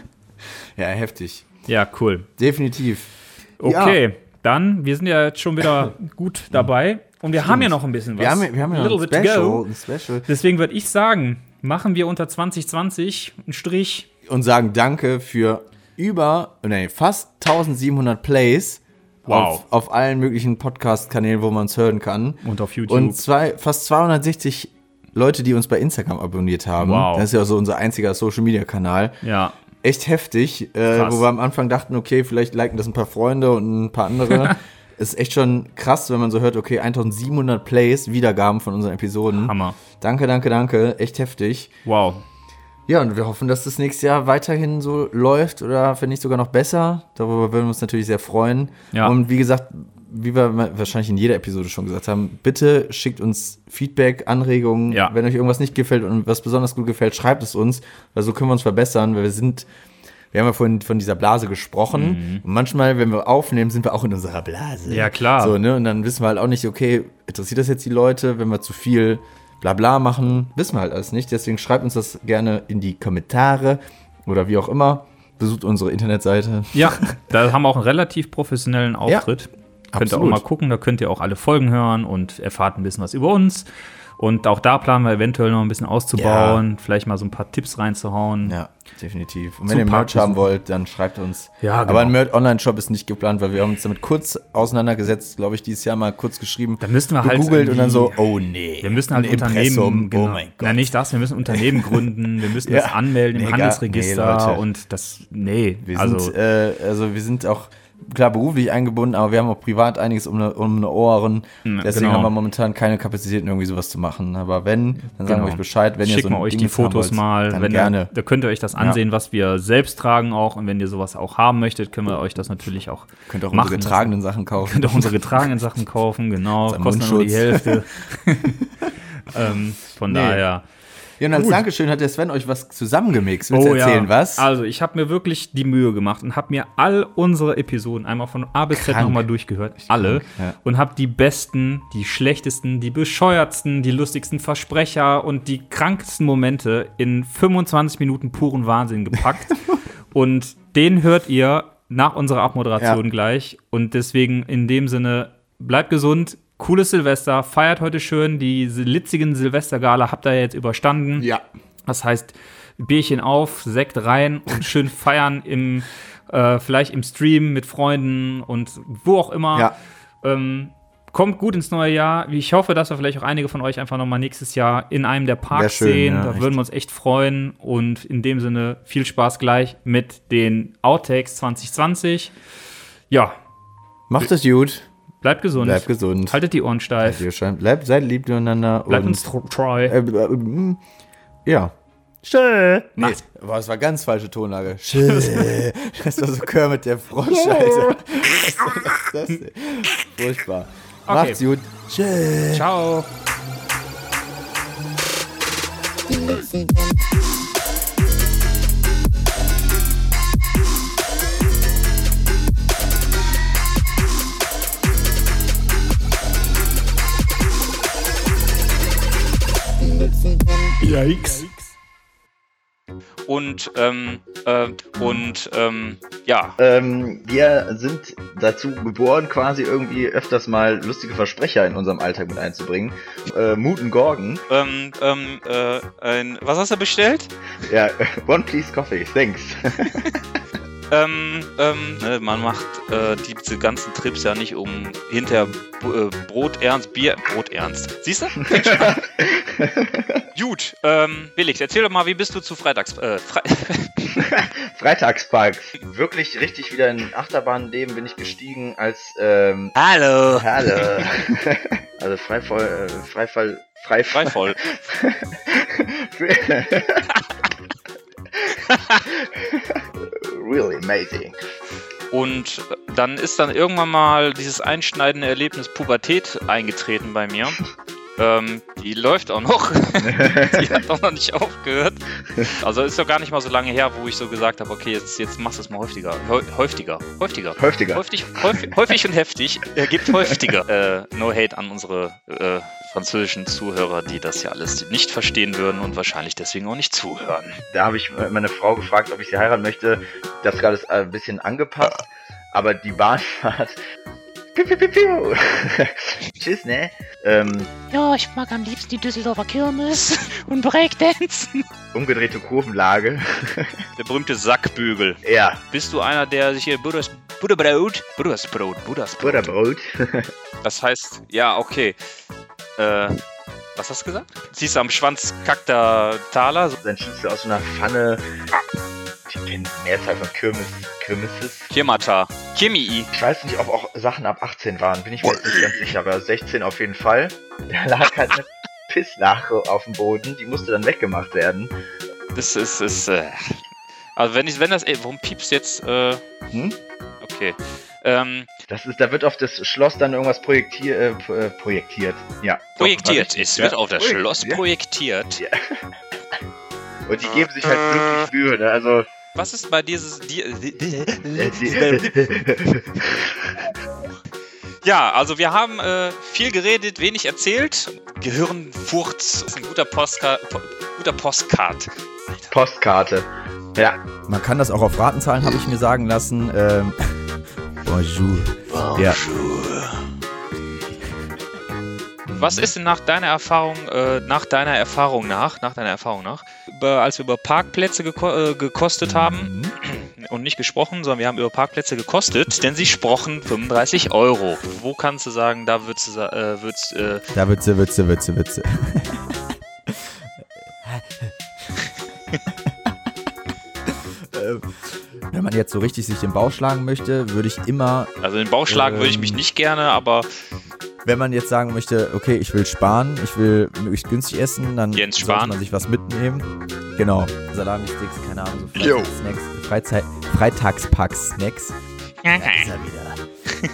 Ja, heftig. Ja, cool. Definitiv. Okay, dann, wir sind ja jetzt schon wieder gut dabei. Und wir haben ja noch ein bisschen was. Wir haben, wir haben ja A noch little ein bit to Special, go. ein Special. Deswegen würde ich sagen, machen wir unter zwanzig zwanzig einen Strich. Und sagen Danke für über, nee, fast tausendsiebenhundert Plays. Wow. Auf, auf allen möglichen Podcast-Kanälen, wo man es hören kann. Und auf YouTube. Und zwei, fast zweihundertsechzig Leute, die uns bei Instagram abonniert haben. Wow. Das ist ja so unser einziger Social-Media-Kanal. Ja. Echt heftig, äh, Krass. wo wir am Anfang dachten, okay, vielleicht liken das ein paar Freunde und ein paar andere. Ist echt schon krass, wenn man so hört, okay, eintausendsiebenhundert Plays, Wiedergaben von unseren Episoden. Hammer. Danke, danke, danke. Echt heftig. Wow. Ja, und wir hoffen, dass das nächstes Jahr weiterhin so läuft oder wenn nicht sogar noch besser. Darüber würden wir uns natürlich sehr freuen. Ja. Und wie gesagt, wie wir wahrscheinlich in jeder Episode schon gesagt haben, bitte schickt uns Feedback, Anregungen. Ja. Wenn euch irgendwas nicht gefällt und was besonders gut gefällt, schreibt es uns, weil so können wir uns verbessern, weil wir sind, wir haben ja vorhin von dieser Blase gesprochen. Und manchmal, wenn wir aufnehmen, sind wir auch in unserer Blase. Mhm. Ja, klar. So, ne? Und dann wissen wir halt auch nicht, okay, interessiert das jetzt die Leute, wenn wir zu viel Blabla machen, wissen wir halt alles nicht. Deswegen schreibt uns das gerne in die Kommentare oder wie auch immer. Besucht unsere Internetseite. Ja, da haben wir auch einen relativ professionellen Auftritt. Könnt ihr auch absolut. mal gucken, da könnt ihr auch alle Folgen hören und erfahrt ein bisschen was über uns. Und auch da planen wir eventuell noch ein bisschen auszubauen, vielleicht mal so ein paar Tipps reinzuhauen. Ja, definitiv. Und Zu wenn ihr Merch Partys- haben wollt, dann schreibt uns. Ja, genau. Aber ein Merch-Online-Shop ist nicht geplant, weil wir haben uns damit kurz auseinandergesetzt, glaube ich, dieses Jahr mal kurz geschrieben. Da müssten wir halt gegoogelt und dann so, irgendwie- oh nee. Wir müssen halt ein Unternehmen, Impressum, genau. oh mein Gott. Na, nicht das, wir müssen Unternehmen gründen, wir müssen Ja. das anmelden im Nee, gar- Handelsregister nee, Leute. und das, nee, Wir also sind, äh, also wir sind auch klar beruflich eingebunden, aber wir haben auch privat einiges um eine, um eine Ohren. Ja, Deswegen genau. haben wir momentan keine Kapazitäten, irgendwie sowas zu machen. Aber wenn, dann sagen Genau. wir euch Bescheid. Wenn ihr Schicken so wir euch Ding die jetzt haben Fotos wollt, mal, dann wenn gerne. Ihr, da könnt ihr euch das ansehen, was wir selbst tragen auch. Und wenn ihr sowas auch haben möchtet, können wir euch das natürlich auch Könnt auch machen unsere getragenen Sachen kaufen. Könnt auch unsere getragenen Sachen kaufen, genau. Unser Kosten nur die Mundschutz. Hälfte. ähm, von Nee. daher. Ja, und als Gut. Dankeschön hat der Sven euch was zusammengemixt. Willst du Oh erzählen, ja. was? Also, ich habe mir wirklich die Mühe gemacht und habe mir all unsere Episoden einmal von A bis Z Krank. nochmal durchgehört. Alle. ja. Und habe die besten, die schlechtesten, die bescheuertsten, die lustigsten Versprecher und die kranksten Momente in fünfundzwanzig Minuten puren Wahnsinn gepackt. Und den hört ihr nach unserer Abmoderation Ja. gleich. Und deswegen in dem Sinne, bleibt gesund. Cooles Silvester, feiert heute schön. Die litzigen Silvestergala habt ihr jetzt überstanden. Ja. Das heißt, Bierchen auf, Sekt rein und schön feiern im, äh, vielleicht im Stream mit Freunden und wo auch immer. Ja. Ähm, kommt gut ins neue Jahr. Ich hoffe, dass wir vielleicht auch einige von euch einfach nochmal nächstes Jahr in einem der Wär Parks schön, sehen. ja, Da echt. würden wir uns echt freuen. Und in dem Sinne viel Spaß gleich mit den Outtakes zwanzig zwanzig. Ja, Macht es gut. bleibt gesund. Bleibt gesund. Haltet die Ohren steif. Ihr scheint- Bleibt, seid lieb zueinander. Bleibt und, uns tr- treu. äh, äh, äh, ja. Schön. Nee, boah, das war ganz falsche Tonlage. Schön. Das war so Kermit der Frosch, Alter. Was ist das denn? Furchtbar. Okay. Macht's gut. Schön. Ciao. Yikes. Und, ähm, äh, und, ähm, ja. Ähm, wir sind dazu geboren, quasi irgendwie öfters mal lustige Versprecher in unserem Alltag mit einzubringen. Äh, Muten Gorgon. Ähm, ähm, äh, ein, was hast du bestellt? Ja, One Please Coffee, thanks. Ähm, ähm, ne, man macht äh, diese ganzen Trips ja nicht um hinter äh, Brot ernst, Bier, Brot ernst. Siehst du? Gut, ähm, Felix, erzähl doch mal, wie bist du zu Freitags, äh, Fre Freitagspark. Wirklich richtig wieder in Achterbahnleben bin ich gestiegen als, ähm... Hallo! Hallo! Also Freifall, äh, Freifall, Freifall... Freivoll. Really amazing. Und dann ist dann irgendwann mal dieses einschneidende Erlebnis Pubertät eingetreten bei mir. Ähm, die läuft auch noch. Die hat auch noch nicht aufgehört. Also ist doch gar nicht mal so lange her, wo ich so gesagt habe, okay, jetzt, jetzt machst du es mal häufiger. Häu- Häufiger. Häufiger. Häufiger. Häufig, häufig, häufig und heftig. Er gibt häufiger. Äh, no hate an unsere äh, französischen Zuhörer, die das ja alles nicht verstehen würden und wahrscheinlich deswegen auch nicht zuhören. Da habe ich meine Frau gefragt, ob ich sie heiraten möchte. Das gerade ist ein bisschen angepasst, aber die Bahnfahrt... Piu, piu, piu, piu. Tschüss, ne? Ähm, Ja, ich mag am liebsten die Düsseldorfer Kirmes und Breakdancen. umgedrehte Kurvenlage. Der berühmte Sackbügel. Ja, Bist du einer, der sich hier Buddhas, Butterbrot, Buddhasbrot, Buddhasbrot. Butterbrot. Das heißt, ja, okay. Äh, was hast du gesagt? Siehst du am Schwanz kackter Taler? Sein Schnitzel aus so einer Pfanne. Ich kenne die Mehrzahl von Kirmes, Kirmeses. Kirmata. Kimi. Ich weiß nicht, ob auch Sachen ab achtzehn waren, bin ich mir jetzt nicht ganz sicher, aber sechzehn auf jeden Fall. Da lag halt eine Pisslache auf dem Boden, die musste dann weggemacht werden. Das ist, ist, äh, also wenn ich, wenn das, ey, warum piepst jetzt, äh, Hm? okay. Ähm, Das ist, da wird auf das Schloss dann irgendwas projektier, äh, pro- äh, projektiert. Ja. Doch, projektiert. war richtig, Es ja. wird auf das Projekt- Schloss ja. projektiert. Ja. Und die geben sich halt wirklich Mühe, ne? Also. Was ist bei dieses, die, Äh, die, ja, also wir haben äh, viel geredet, wenig erzählt. Gehirnfurz ist ein guter Postka po guter Postcard. Postkarte. Ja. Man kann das auch auf Raten zahlen, habe ich mir sagen lassen. Ähm, bonjour. Ja. Was ist denn nach deiner Erfahrung, äh, nach deiner Erfahrung nach, nach deiner Erfahrung nach, über, als wir über Parkplätze geko äh, gekostet haben und nicht gesprochen, sondern wir haben über Parkplätze gekostet, denn sie sprochen fünfunddreißig Euro. Wo kannst du sagen, da würdest du, sa- äh, würdest, äh, Da Witze, Witze, Witze, Witze. Ähm, man jetzt so richtig sich den Bauch schlagen möchte, würde ich immer... Also den Bauch schlagen ähm, würde ich mich nicht gerne, aber... Wenn man jetzt sagen möchte, okay, ich will sparen, ich will möglichst günstig essen, dann Jens sollte sparen. man sich was mitnehmen. Genau. Salami-Sticks, keine Ahnung, so Jo. Freitagssnacks, Freizeit, Freitagspacks-Snacks. Da ist er wieder.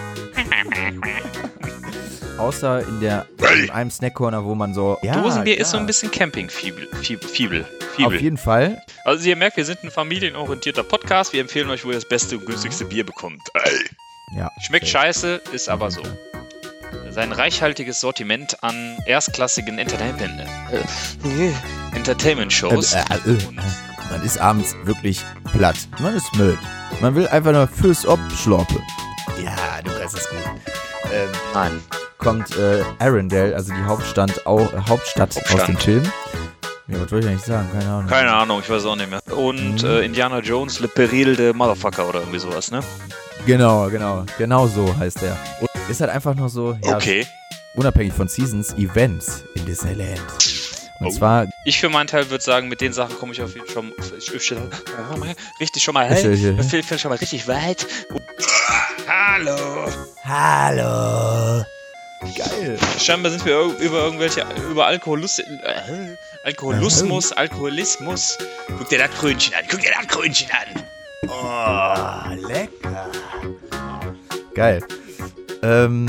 Außer in der in einem Snack-Corner, wo man so... Ja, Dosenbier klar. ist so ein bisschen Camping-Fiebel. Fiebel, Fiebel, Fiebel. Auf jeden Fall. Also ihr merkt, wir sind ein familienorientierter Podcast. Wir empfehlen euch, wo ihr das beste und günstigste Bier bekommt. Ja. Schmeckt scheiße, ist aber so. Sein reichhaltiges Sortiment an erstklassigen Entertainment, äh, Entertainment-Shows. Äh, äh, äh, man ist abends wirklich platt. Man ist müde. Man will einfach nur fürs Obschlorpe. Ja, du kannst es gut. Ähm, Nein. Kommt äh, Arendelle, also die Hauptstadt, au, Hauptstadt aus Hauptstadt. dem Film. Ja, was wollte ich eigentlich sagen? Keine Ahnung. Keine Ahnung, ich weiß auch nicht mehr. Und Mhm. äh, Indiana Jones, Le Peril de Motherfucker oder irgendwie sowas, ne? Genau, genau. Genau so heißt er. Und ist halt einfach nur so, ja, Okay. unabhängig von Seasons, Events in Disneyland. Und Oh. zwar, Ich für meinen Teil würde sagen, mit den Sachen komme ich auf jeden Fall schon, ich, ich, richtig schon mal Ich- ich- hey, ich- ich bin schon mal richtig weit. Hallo. hallo. Geil. Scheinbar sind wir ir- über irgendwelche, über Alkoholus, äh, Alkoholismus, Alkoholismus. Guck dir das Krönchen an, guck dir das Krönchen an. Oh, lecker. Geil. Ähm.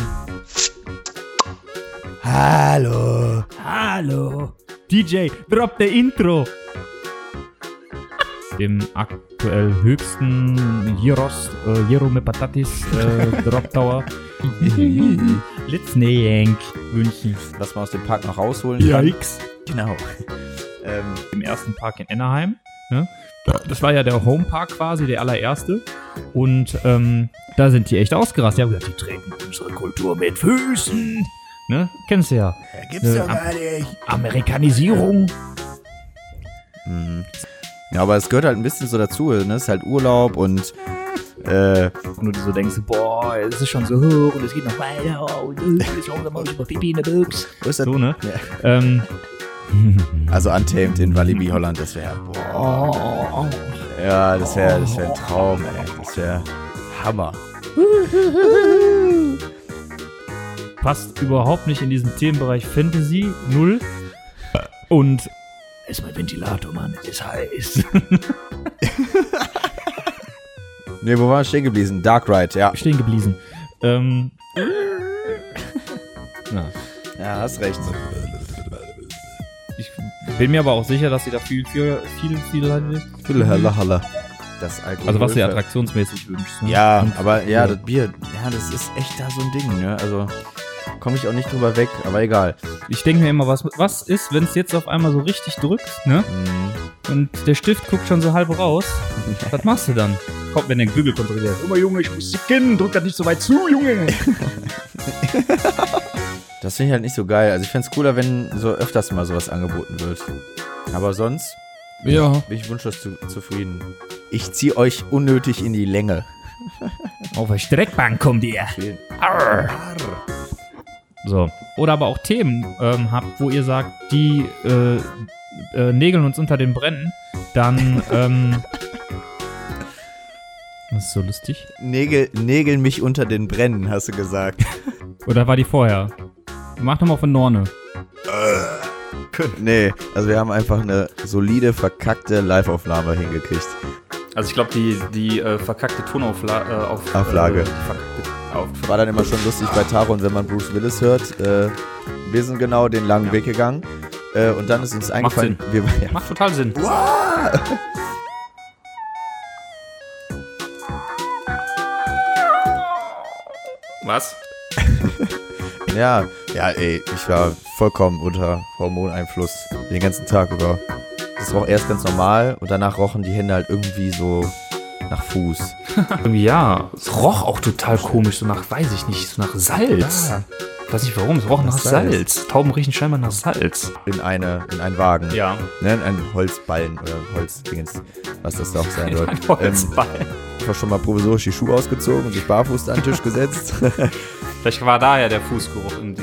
Hallo. Hallo. D J, drop der Intro. Im aktuell höchsten Gyros, äh, Gyro mit Patatis äh, Drop Tower. Let's Neank wünschen. Was man aus dem Park noch rausholen kann. Yikes. Genau. ähm, Im ersten Park in Anaheim. Ne? Das war ja der Home Park quasi, der allererste. Und ähm, da sind die echt ausgerastet. Die haben gesagt, die treten unsere Kultur mit Füßen. Ne? Kennst du ja. gibt's Ne, doch Am- gar nicht. Amerikanisierung. Mhm. Ja, aber es gehört halt ein bisschen so dazu, ne? Es ist halt Urlaub und äh, Und du so denkst, boah, es ist schon so hoch und es geht noch weiter. Und äh, jetzt langsam muss ich mal Pipi in der Büchse. wo ist das? So, ne? Ja. Ähm, Also Untamed in Walibi Holland, das wäre, boah. Ja, das wäre das wär ein Traum, ey. Das wäre Hammer. passt überhaupt nicht in diesen Themenbereich Fantasy, null. Und ist mein Ventilator, Mann, es ist heiß. Ne, wo waren wir stehen geblieben? Dark Ride, ja. Stehen geblieben. Ähm. Na. Ja, hast recht. Ich bin mir aber auch sicher, dass sie da viel, viel, viel, viel, viel Halla, Halla. Das Alkohol. Also was du dir attraktionsmäßig wünschst. Ne? Ja, Und- aber ja, das Bier, ja, das ist echt da so ein Ding, ne? Also komme ich auch nicht drüber weg, aber egal. Ich denke mir immer, was, was ist, wenn es jetzt auf einmal so richtig drückt, ne? Mhm. Und der Stift guckt schon so halb raus. Was machst du dann? Kommt, wenn der Bügel kontrolliert. Immer Junge, ich muss sicken, drück das nicht so weit zu, Junge. Das finde ich halt nicht so geil. Also ich fände es cooler, wenn so öfters mal sowas angeboten wird. Aber sonst Ja. bin ich wunschlos zu, zufrieden. Ich ziehe euch unnötig in die Länge. Auf der Streckbank kommt ihr. Arr. So. Oder aber auch Themen ähm, habt, wo ihr sagt, die äh, äh, nägeln uns unter den Brennen, dann ähm, das ist so lustig. Nägel, nägeln mich unter den Brennen, hast du gesagt. Oder war die vorher? Mach doch mal von Norne. Nee, also wir haben einfach eine solide, verkackte Live-Aufnahme hingekriegt. Also ich glaube, die, die äh, verkackte Tonauflage. Äh, auf, Auflage. Äh, die verkackte auf. War dann immer schon lustig bei Taro, und wenn man Bruce Willis hört, äh, wir sind genau den langen Ja. Weg gegangen. Äh, und dann ist uns eingefallen, wir, ja. Macht total Sinn. Was? Ja, ja, ey, ich war vollkommen unter Hormoneinfluss den ganzen Tag über. Das roch erst ganz normal und danach rochen die Hände halt irgendwie so nach Fuß. Irgendwie ja. Es roch auch total komisch, so nach, weiß ich nicht, so nach Salz. Ah. Ich weiß nicht warum, es roch nach Nach Salz. Salz. Tauben riechen scheinbar nach Salz. In eine, in einen Wagen. Ja. Ne, in einen Holzballen oder Holzdingens, was das da auch sein soll. Ein Holzball. Ähm, ich habe schon mal provisorisch die Schuhe ausgezogen und sich barfuß an den Tisch gesetzt. Vielleicht war daher der Fußgeruch in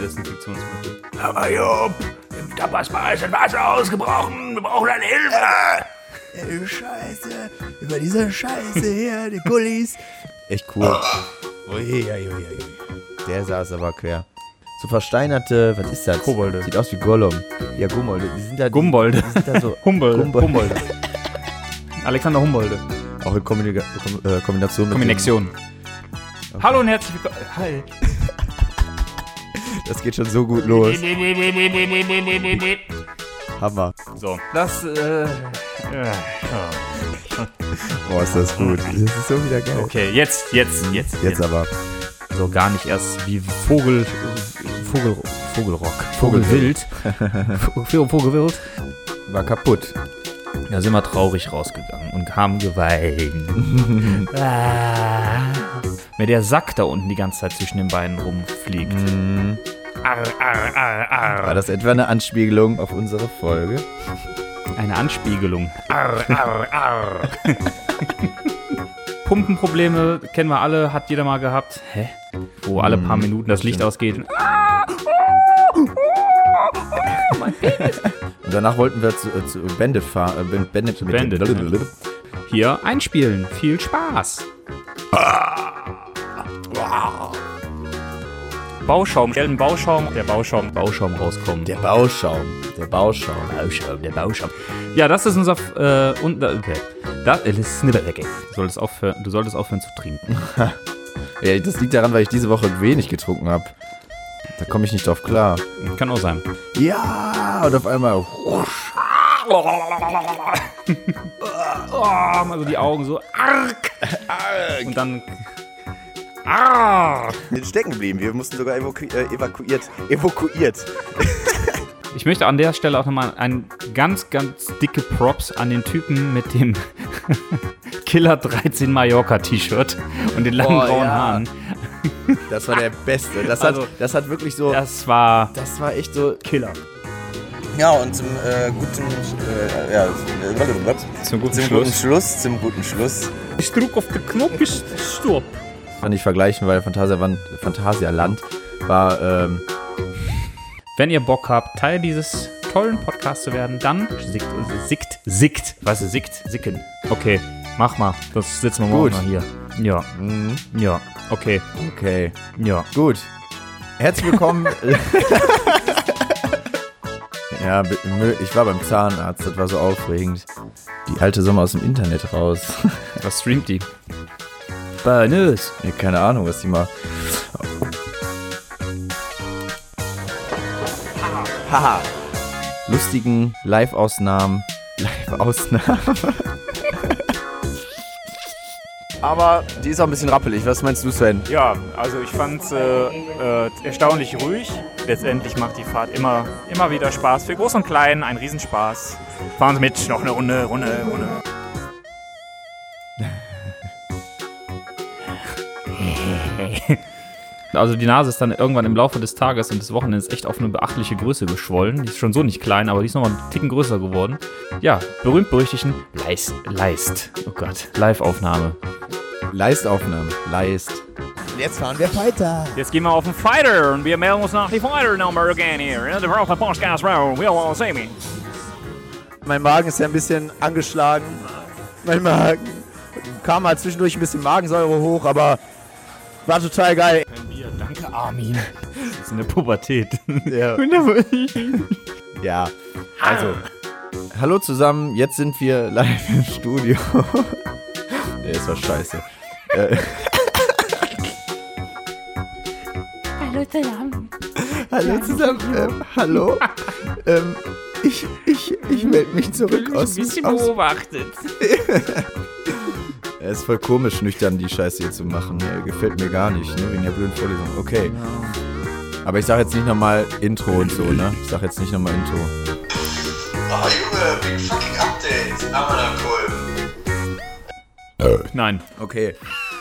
Desinfektionsmittel. Aber Job, im Tapasbar ist das Wasser ausgebrochen. Wir brauchen eine Hilfe. Ey, Scheiße, über diese Scheiße hier, die Gullis. Echt cool. Ui, ui, ui, ui. Der saß aber quer. So versteinerte, was ist das? Kobolde. Sieht aus wie Gollum. Ja, Gumbolde. Die sind da, Gumbolde. Die sind da so. Humbolde. Gumbolde. Humbolde. Alexander Humbolde. Auch in Kombina Kom äh, Kombination mit. Kombination. Okay. Hallo und herzlich willkommen. Hi. Das geht schon so gut los. Hammer. So. Das, äh. äh Boah, ist das gut. Das ist so wieder geil. Okay, jetzt, jetzt, jetzt. Jetzt, jetzt aber. So gar nicht erst wie Vogel. Vogel. Vogelrock. Vogelwild. Vogelwild. War kaputt. Da sind wir traurig rausgegangen und haben geweint. ah. Wenn der Sack da unten die ganze Zeit zwischen den Beinen rumfliegt. Mm. Arr, arr, arr, arr. War das etwa eine Anspiegelung auf unsere Folge? Eine Anspiegelung. Arr, arr, arr. Pumpenprobleme kennen wir alle, hat jeder mal gehabt. Hä? Wo alle paar Minuten das Licht ausgeht. Und danach wollten wir zu, zu Bandit fahren. Äh, Bandit, zu Bandit. Ne? Hier einspielen. Viel Spaß. Bauschaum, gelben Bauschaum, der Bauschaum, Bauschaum rauskommen. Der Bauschaum, der Bauschaum, Bauschaum, der Bauschaum. Ja, das ist unser, äh, und, äh, das ist eine Becke. Du solltest aufhören, du solltest aufhören zu trinken. Ja, das liegt daran, weil ich diese Woche wenig getrunken habe. Da komme ich nicht drauf klar. Kann auch sein. Ja, und auf einmal, oh, also die Augen so, arg, arg. Und dann, ah. Wir sind stecken geblieben. Wir mussten sogar evaku äh, evakuiert. Evakuiert. Ich möchte an der Stelle auch nochmal ein ganz, ganz dicke Props an den Typen mit dem Killer dreizehn Mallorca T-Shirt und den langen oh, grauen ja. Haaren. Das war der Beste. Das, also, hat, das hat wirklich so. Das war. Das war echt so. Killer. Ja, und zum äh, guten. Äh, ja, zum guten zum Schluss. Guten Schluss. Zum guten Schluss. Ich drück auf den Knopf, ist Stopp. Kann ich vergleichen, weil Phantasialand, Phantasialand war. Ähm, Wenn ihr Bock habt, Teil dieses tollen Podcasts zu werden, dann sickt, sickt, sickt. Was ist sickt? Sicken. Okay, mach mal. Das sitzen wir morgen mal hier. Ja. Mhm. Ja. Okay. Okay. Ja. Gut. Herzlich willkommen. Ja, ich war beim Zahnarzt, das war so aufregend. Die alte Sommer aus dem Internet raus. Was streamt die? Banus. Ja, keine Ahnung, was die mal. Haha. Lustigen Live-Ausnahmen. Live-Ausnahmen. Aber die ist auch ein bisschen rappelig. Was meinst du, Sven? Ja, also ich fand's äh, äh, erstaunlich ruhig. Letztendlich macht die Fahrt immer, immer wieder Spaß. Für Groß und Klein ein Riesenspaß. Fahren Sie mit, noch eine Runde, Runde, Runde. Also die Nase ist dann irgendwann im Laufe des Tages und des Wochenends echt auf eine beachtliche Größe geschwollen. Die ist schon so nicht klein, aber die ist nochmal einen Ticken größer geworden. Ja, berühmt-berüchtigten Leist, Leist. Oh Gott, Live-Aufnahme. Leistaufnahme, Leist. Jetzt fahren wir weiter. Jetzt gehen wir auf den Fighter und wir melden uns nach die Fighter-Nummer again here. The Rover Podcast Row. We all see me. Mein Magen ist ja ein bisschen angeschlagen. Mein Magen. Kam mal zwischendurch ein bisschen Magensäure hoch, aber war total geil. Danke, Armin. Das ist in der Pubertät. Ja. Ja, also. Hallo zusammen, jetzt sind wir live im Studio. Nee, ist was scheiße. äh. Hallo zusammen. Hallo zusammen. Ähm, hallo. ähm, ich ich, ich melde mich zurück aus ein bisschen aus, beobachtet. Es ist voll komisch, nüchtern die Scheiße hier zu machen. Ja, gefällt mir gar nicht, ne? Wegen der blöden Vorlesung. Okay. Aber ich sag jetzt nicht nochmal Intro und so, ne? Ich sag jetzt nicht nochmal Intro. Oh Junge, big fucking Update. Ammerkolben. Nein. Okay.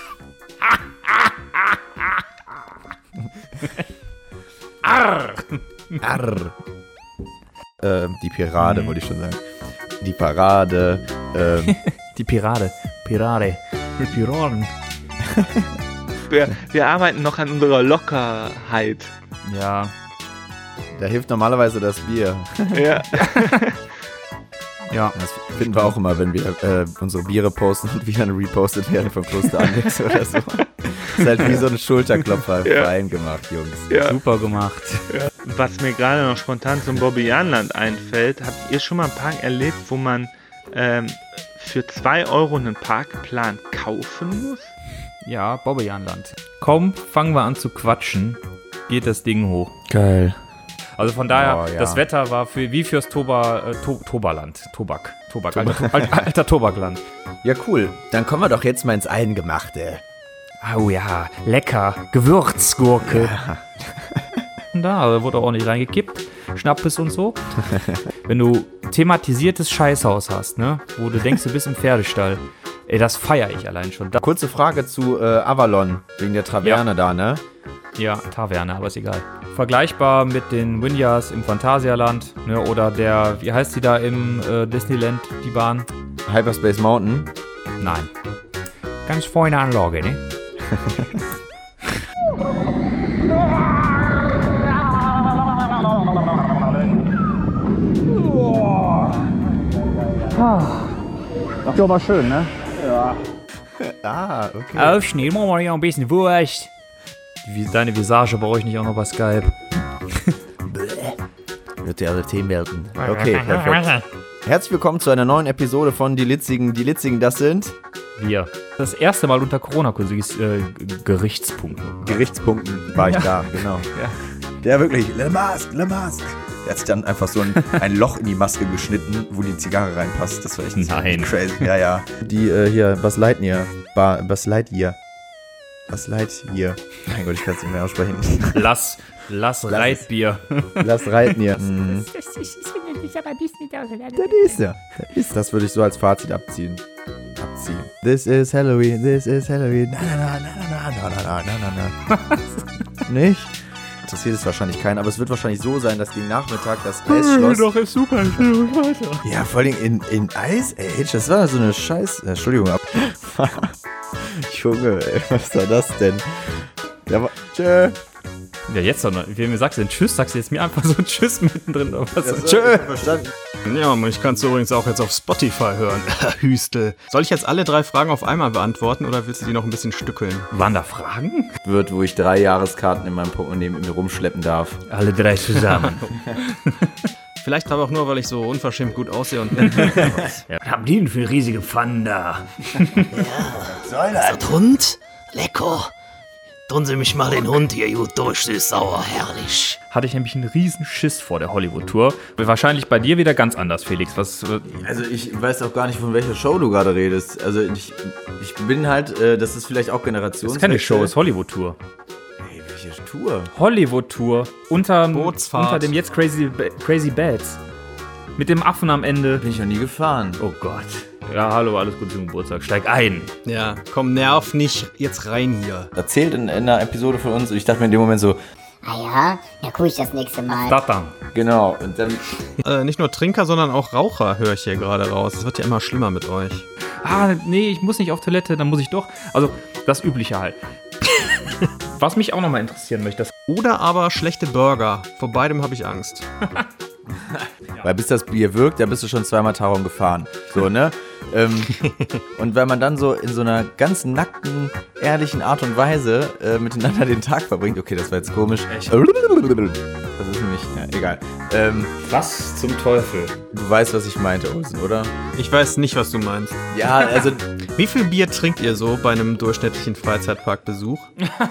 Arr. Arr. Ähm, die Pirade, mhm. wollte ich schon sagen. Die Parade. Ähm. Die Pirade. Pirade. Mit Piraten. wir, wir arbeiten noch an unserer Lockerheit. Ja. Da hilft normalerweise das Bier. Ja. Ja. Das finden wir auch immer, wenn wir äh, unsere Biere posten und wieder repostet werden vom Kloster Alex oder so. Das ist halt wie so ein Schulterklopfer Ja. fein gemacht, Jungs. Ja. Super gemacht. Ja. Was mir gerade noch spontan zum Bobbejaanland einfällt, habt ihr schon mal einen Park erlebt, wo man ähm, für zwei Euro einen Parkplan kaufen muss? Ja, Bobbejaanland. Kaum fangen wir an zu quatschen, geht das Ding hoch. Geil. Also von daher, Oh, ja. das Wetter war für wie fürs Toba, äh, to, Tobaland. Tobak. Tobak. Alter, alter, alter Tobakland. Ja, cool. Dann kommen wir doch jetzt mal ins Eingemachte. Oh ja, lecker. Gewürzgurke. Ja. Da wurde auch nicht reingekippt. Schnappes und so. Wenn du thematisiertes Scheißhaus hast, ne, wo du denkst, du bist im Pferdestall. Ey, das feiere ich allein schon. Da, Kurze Frage zu äh, Avalon, wegen der Taverne Ja. da, ne? ja, Taverne, aber ist egal. Vergleichbar mit den Winjas im Phantasialand, ne, oder der, wie heißt die da im äh, Disneyland, die Bahn? Hyperspace Mountain. Nein. Ganz feine Anlage, ne? Ach, ja, war schön, ne? Ja. Ah, okay. Aufschneiden, machen wir ja ein bisschen Wurst. Wie, deine Visage brauche ich nicht auch noch bei Skype. Wird dir alle Themen melden. Okay, perfekt. Herzlich willkommen zu einer neuen Episode von Die Litzigen. Die Litzigen, das sind Wir. Das erste Mal unter Corona-Gerichtspunkten. Gerichtspunkten, war ich da, genau. Ja. Der wirklich, Le Masque, Le Masque. Der hat sich dann einfach so ein, ein Loch in die Maske geschnitten, wo die Zigarre reinpasst. Das war echt Nein. crazy. Ja, ja. Die äh, hier, Buzz Lightyear. Ba, Buzz Lightyear. Buzz Lightyear. Mein Gott, ich kann es nicht mehr aussprechen. Lass, lass Reitbier. Lass Lightyear. Mhm. Das ist, das ist aber ein bisschen Das ist ja. Das ist. Das würde ich so als Fazit abziehen. Abziehen. This is Halloween, this is Halloween. Na, na, na, na, na, na, na, na, na, na. Nicht? Interessiert es wahrscheinlich keinen, aber es wird wahrscheinlich so sein, dass gegen Nachmittag das Eisschloss... Doch, ist super. Weiter. Ja, vor allem in, in Ice Age, das war so eine Scheiß... Äh, Entschuldigung, ab. Junge, ey, was war das denn? Ja, aber... Tschö. Ja, jetzt doch noch. Wie mir sagst du denn Tschüss? Sagst du jetzt mir einfach so ein Tschüss mittendrin? Oder was? Das Tschö. verstanden. Ja, ich kann es übrigens auch jetzt auf Spotify hören. Hüstel. Soll ich jetzt alle drei Fragen auf einmal beantworten oder willst du die noch ein bisschen stückeln? Waren da Fragen? Wird, wo ich drei Jahreskarten in meinem Portemonnaie mit mir rumschleppen darf. Alle drei zusammen. Vielleicht aber auch nur, weil ich so unverschämt gut aussehe und... Ja, was haben die denn für riesige Pfannen da? Soll das? Der Hund? Lecker. Tun Sie mich mal den Hund hier gut durch, süß-sauer, herrlich. Hatte ich nämlich einen riesen Schiss vor der Hollywood-Tour. Wahrscheinlich bei dir wieder ganz anders, Felix. Was, äh, Also ich weiß auch gar nicht, von welcher Show du gerade redest. Also ich, ich bin halt, äh, das ist vielleicht auch Generations. das ist keine Show, das ist Hollywood-Tour. Ey, welche Tour? Hollywood-Tour. Unter, Bootsfahrt. unter dem jetzt Crazy, Crazy Bats. Mit dem Affen am Ende. Bin ich noch nie gefahren. Oh Gott. Ja, hallo, alles Gute zum Geburtstag. Steig ein. Ja, komm, nerv nicht. Jetzt rein hier. Erzählt in, in einer Episode von uns und ich dachte mir in dem Moment so, Ah ja, ja guck ich das nächste Mal. Das dann. genau. Und dann, Äh, nicht nur Trinker, sondern auch Raucher höre ich hier gerade raus. Es wird ja immer schlimmer mit euch. Ah, nee, ich muss nicht auf Toilette, dann muss ich doch. Also, das Übliche halt. Was mich auch nochmal interessieren möchte, das Oder aber schlechte Burger. Vor beidem habe ich Angst. weil bis das Bier wirkt, da bist du schon zweimal Taron gefahren. So, ne? ähm, und wenn man dann so in so einer ganz nackten, ehrlichen Art und Weise äh, miteinander den Tag verbringt, okay, das war jetzt komisch. Echt? Das ist nämlich, ja, egal. Ähm, was zum Teufel? du weißt, was ich meinte, Olsen, oder? Ich weiß nicht, was du meinst. Ja, also, Wie viel Bier trinkt ihr so bei einem durchschnittlichen Freizeitparkbesuch?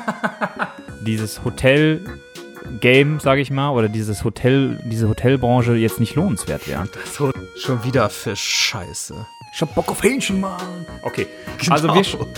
Dieses Hotel-Game, sage ich mal, oder dieses Hotel, diese Hotelbranche jetzt nicht lohnenswert wäre. So, schon wieder für Scheiße. Ich hab Bock auf Hähnchen, Mann. Okay, Genau. also wir, sch-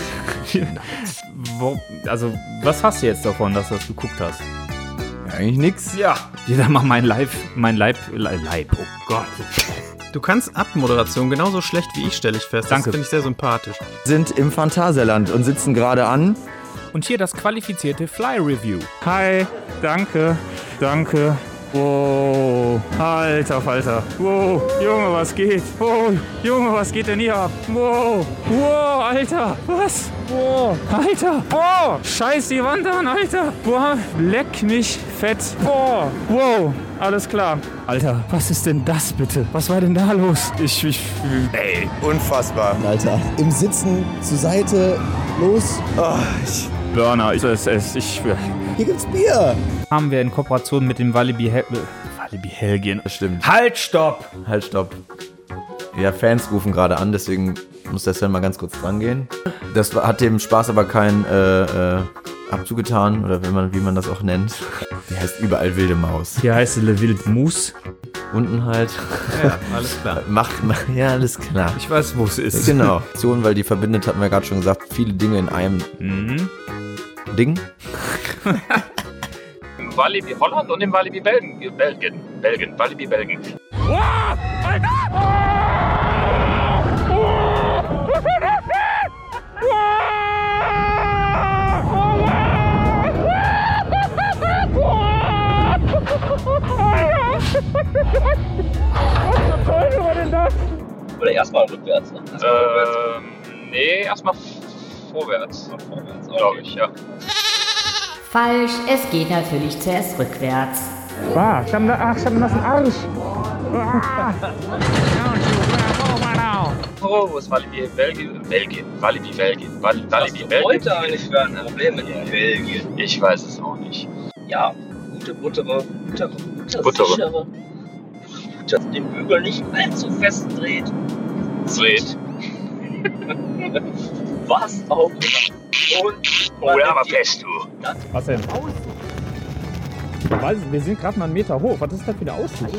Wo, also was hast du jetzt davon, dass du das geguckt hast? eigentlich nix. Ja. Jeder mal mein Live, mein Leib, Leib, Leib, oh Gott. Du kannst Abmoderation genauso schlecht wie ich, stelle ich fest. Danke. Das finde ich sehr sympathisch. Sind im Phantasialand und sitzen gerade an. Und hier das qualifizierte Fly Review. Hi, danke, danke. Wow, alter Falter. Wow, Junge, was geht? Wow, Junge, was geht denn hier ab? Wow, wow, Alter, was? Wow, Alter, wow, scheiß die Wand an, Alter. Wow, leck mich fett. Wow, wow, alles klar. Alter, was ist denn das bitte? Was war denn da los? Ich, ich, Ey, unfassbar. Alter, im Sitzen, zur Seite, los. Oh, ich Burner, ich, es, es, ich, Hier gibt's Bier. Haben wir in Kooperation mit dem Walibi Hel Walibi Helgien. Das stimmt. Halt, stopp! Halt, stopp. Ja, Fans rufen gerade an, deswegen muss der Sven mal ganz kurz dran gehen. Das war- hat dem Spaß aber keinen äh, äh, Abzug getan, oder wenn man, wie man das auch nennt. Die heißt überall wilde Maus. Hier heißt sie Le Wild Mousse. Unten halt. Ja, alles klar. Macht, macht, ja, alles klar. Ich weiß, wo es ist. Genau. Aktion, weil die verbindet, hatten wir gerade schon gesagt, viele Dinge in einem Mhm. Ding. Im Walibi Holland und im Walibi Belgien. Belgien. Belgien. Walibi Belgien. Oder erstmal rückwärts, ne? Erstmal Ähm, nee, erstmal vorwärts. Vorwärts, glaube ich, ja. Falsch, es geht natürlich zuerst rückwärts. Ah, ich hab ne, ach, ich hab einen nassen Arsch. Oh, wo ist Walibi Belgien? Belgien. Walibi Belgien. Wal- Walibi Was Belgien. heute eigentlich für ein Problem mit Belgien? Ich weiß es auch nicht. Ja, gute, buttere, buttere, buttere, Buttere. sichere, dass den Bügel nicht allzu fest dreht. Dreht. Was auch immer. Und Oh, ja, aber fest, du. Was denn? Ich weiß es, wir sind gerade mal einen Meter hoch. Was ist das für eine Aussicht?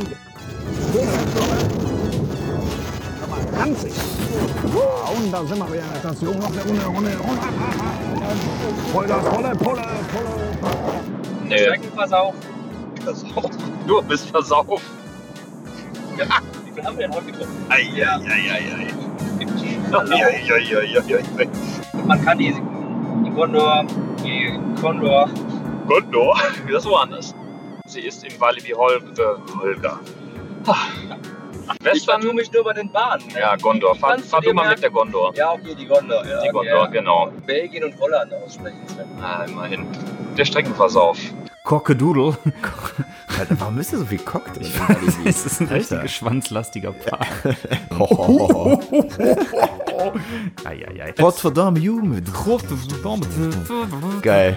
Und da sind wir wieder in der Station. Noch eine Runde, Runde, Runde. Vollgas, volle Pulle, Pulle. Nee. Streckenversauf. Versauft. Du bist versauft. Ja, wie viel haben wir denn heute getroffen? Eieieiei. Eieieiei. Und man kann die, die Gondor, die Gondor. Gondor? Das ist woanders. Sie ist im Walibi Hol äh, Holga. Ich Western? vertue mich nur bei den Bahnen. Ne? Ja, Gondor. Fahr, Kannst du fahr du dir mal merken? mit der Gondor. Ja, okay, die Gondor. Ja, Die Gondor, ja. genau. Belgien und Holland aussprechen. Sven. Ah, immerhin. Der Streckenversauf. Cockadoodle. Alter, warum ist da so viel Cock drin? Es ist ein richtig schwanzlastiger Part. Eieiei. Gottverdammt, Junge. Geil.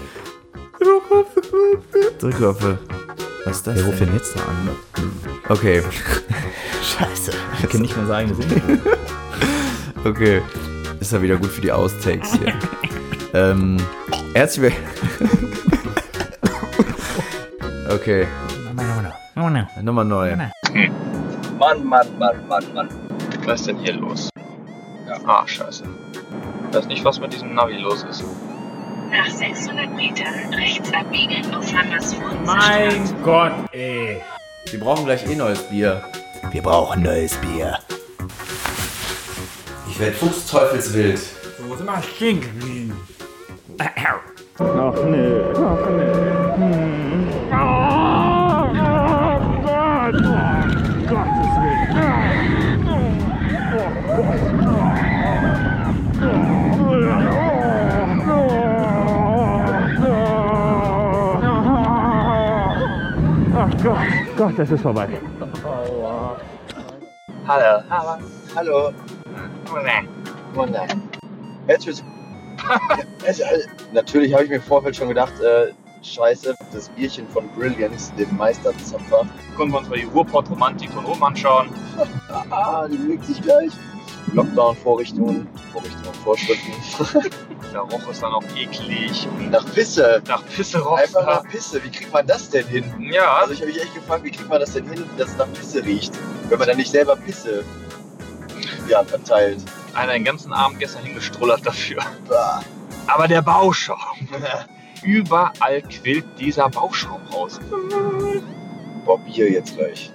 Drückwürfel. Was ist das? Wer ruft denn jetzt da an? Okay. Scheiße. Ich kann nicht mal sagen, das sind Okay. Ist ja wieder gut für die Austakes hier. ähm, herzlich willkommen. Okay. Nummer neu. Mann, Mann, Mann, Mann, Mann. Was ist denn hier los? Ja, ah, scheiße. Ich weiß nicht, was mit diesem Navi los ist. Nach sechshundert Metern rechts abbiegen auf Hammersford. Mein Gott, ey. Wir brauchen gleich eh neues Bier. Wir brauchen neues Bier. Ich werde fuchsteufelswild. Wo sind wir stehen geblieben? Ach nee, ach nee. Hm. Oh, Gott! Oh, Gottes Willen. Oh, Ach Gott, Gott, es ist vorbei. Hallo. Hallo. Wunder. Herzlich also, also, natürlich habe ich mir im Vorfeld schon gedacht, äh, scheiße, das Bierchen von Brilliance, dem Meisterzapfer. Können wir uns mal die Ruhrpott-Romantik von oben anschauen. Ah, die bewegt sich gleich. Lockdown-Vorrichtungen, Vorrichtungen, Vorschriften. Der roch ist dann auch eklig. Nach Pisse. Nach Pisse roch Einfach nach Pisse. Wie kriegt man das denn hin? Ja. Also ich habe mich echt gefragt, wie kriegt man das denn hin, dass es nach Pisse riecht? Wenn man dann nicht selber Pisse ja, verteilt. Einer den ganzen Abend gestern hingestrullert dafür. Bah. Aber der Bauschaum. Überall quillt dieser Bauschaum raus. Boah, Bier jetzt gleich.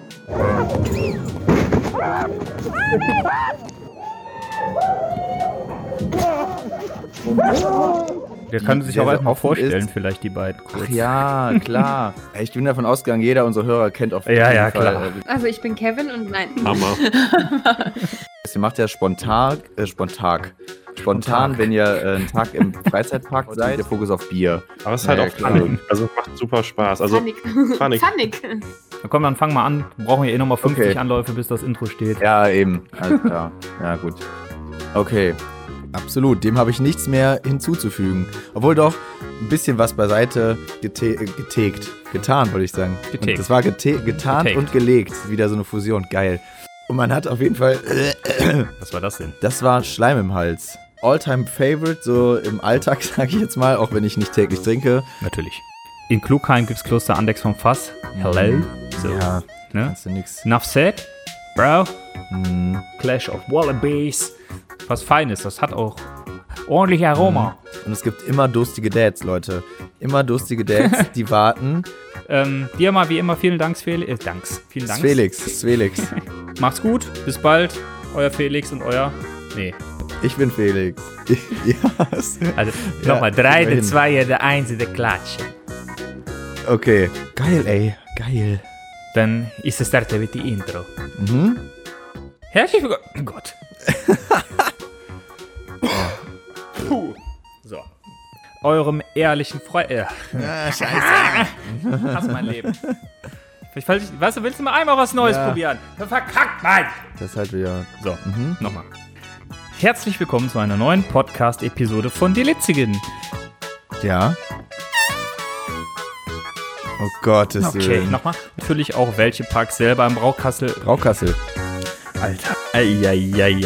Der kann sich Der auch so erstmal offen vorstellen, ist. vielleicht die beiden kurz. Ach ja, klar. Ich bin davon ausgegangen, jeder unserer Hörer kennt auf jeden Ja, ja, Fall. klar. äh, Also ich bin Kevin und nein. Hammer. Sie macht ja spontan, äh, spontan. Spontan, wenn ihr äh, einen Tag im Freizeitpark seid, der Fokus auf Bier. Aber es ist halt Ja, auch klar. funny. Also macht super Spaß. Also Funny. funny. Funny. Na komm, dann fang mal an. Wir brauchen ja eh nochmal fünfzig Okay. Anläufe, bis das Intro steht. Ja, eben. Alles klar. Ja, gut. Okay. Absolut. Dem habe ich nichts mehr hinzuzufügen. Obwohl doch ein bisschen was beiseite gete getegt. Getan, wollte ich sagen. Getegt. Und das war gete getarnt Getagt. und gelegt. Wieder so eine Fusion. Geil. Und man hat auf jeden Fall... Was war das denn? Das war Schleim im Hals. All-time Favorite, so im Alltag, sage ich jetzt mal, auch wenn ich nicht täglich trinke. Natürlich. In Klugheim gibt's Kloster Andex vom Fass. Hello. So. Ja, Ne? kannst du nix. Enough said. Bro. Mm. Clash of Wallabies. Was Feines, das hat auch ordentlich Aroma. Und es gibt immer durstige Dads, Leute. Immer durstige Dads, die warten. Ähm, dir mal wie immer vielen Dank, Felix. Äh, Danks. Vielen Dank. Felix, Felix. Macht's gut. Bis bald. Euer Felix und euer... Nee. Ich bin Felix. Ja. Also Ja, nochmal. Drei, der immerhin. Zweier, der Einser, der Klatsche. Okay. Geil, ey. Geil. Dann ist es starten mit die Intro. Mhm. Herzlich willkommen. Oh Gott. Puh. So. Eurem ehrlichen Freund. Äh. Ah, scheiße. Hass mein Leben. Ich weiß, weißt du, willst du mal einmal was Neues Ja. probieren? Dann verkackt mein. Das ist halt wieder... So, Mhm. nochmal. Herzlich willkommen zu einer neuen Podcast-Episode von Die Litzigen. Ja. Oh Gottes Okay, Willen. nochmal. Natürlich auch welche Parks selber im Braukassel. Braukassel. Alter. Eieieiei.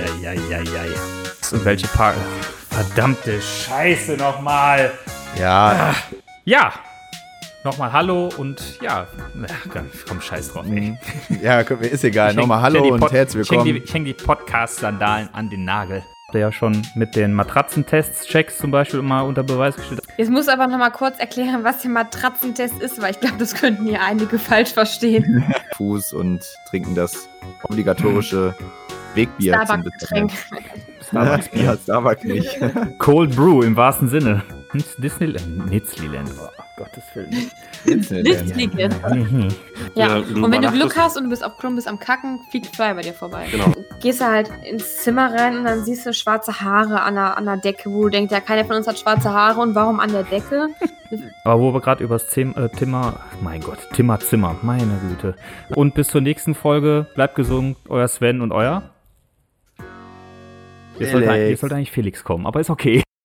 Und welche Park... Verdammte Scheiße nochmal. Ja. Ja. Nochmal Hallo und ja. Ach, komm, scheiß drauf, ey. Ja, komm, ist egal. Ich häng- Nochmal ich häng Hallo die und Pod- herzlich Ich hänge willkommen. die, ich häng die Podcast-Sandalen an den Nagel. Der ja schon mit den Matratzentests, Checks zum Beispiel mal unter Beweis gestellt. Jetzt muss aber noch mal kurz erklären, was der Matratzentest ist, weil ich glaube, das könnten hier einige falsch verstehen. Fuß und trinken das obligatorische Wegbier. zum Starbucks-Getränk. Starbucks Ja, Starbucks nicht. Cold Brew im wahrsten Sinne. Disneyland. Nitzliland. Oh, Gottes Willen. Nitzliland. Ja, Ja, und du wenn du Glück übernachtest- hast und du bist auf Klo und bist am Kacken, fliegt Fly bei dir vorbei. Genau. Du gehst halt ins Zimmer rein und dann siehst du schwarze Haare an der, an der Decke, wo du denkst, ja, keiner von uns hat schwarze Haare und warum an der Decke? Aber wo wir gerade über das Zim äh, Timmer, mein Gott, Timmer Zimmer, meine Güte. Und bis zur nächsten Folge, bleibt gesund, euer Sven und euer? Jetzt sollte, Felix. eigentlich- jetzt sollte eigentlich Felix kommen, aber ist okay.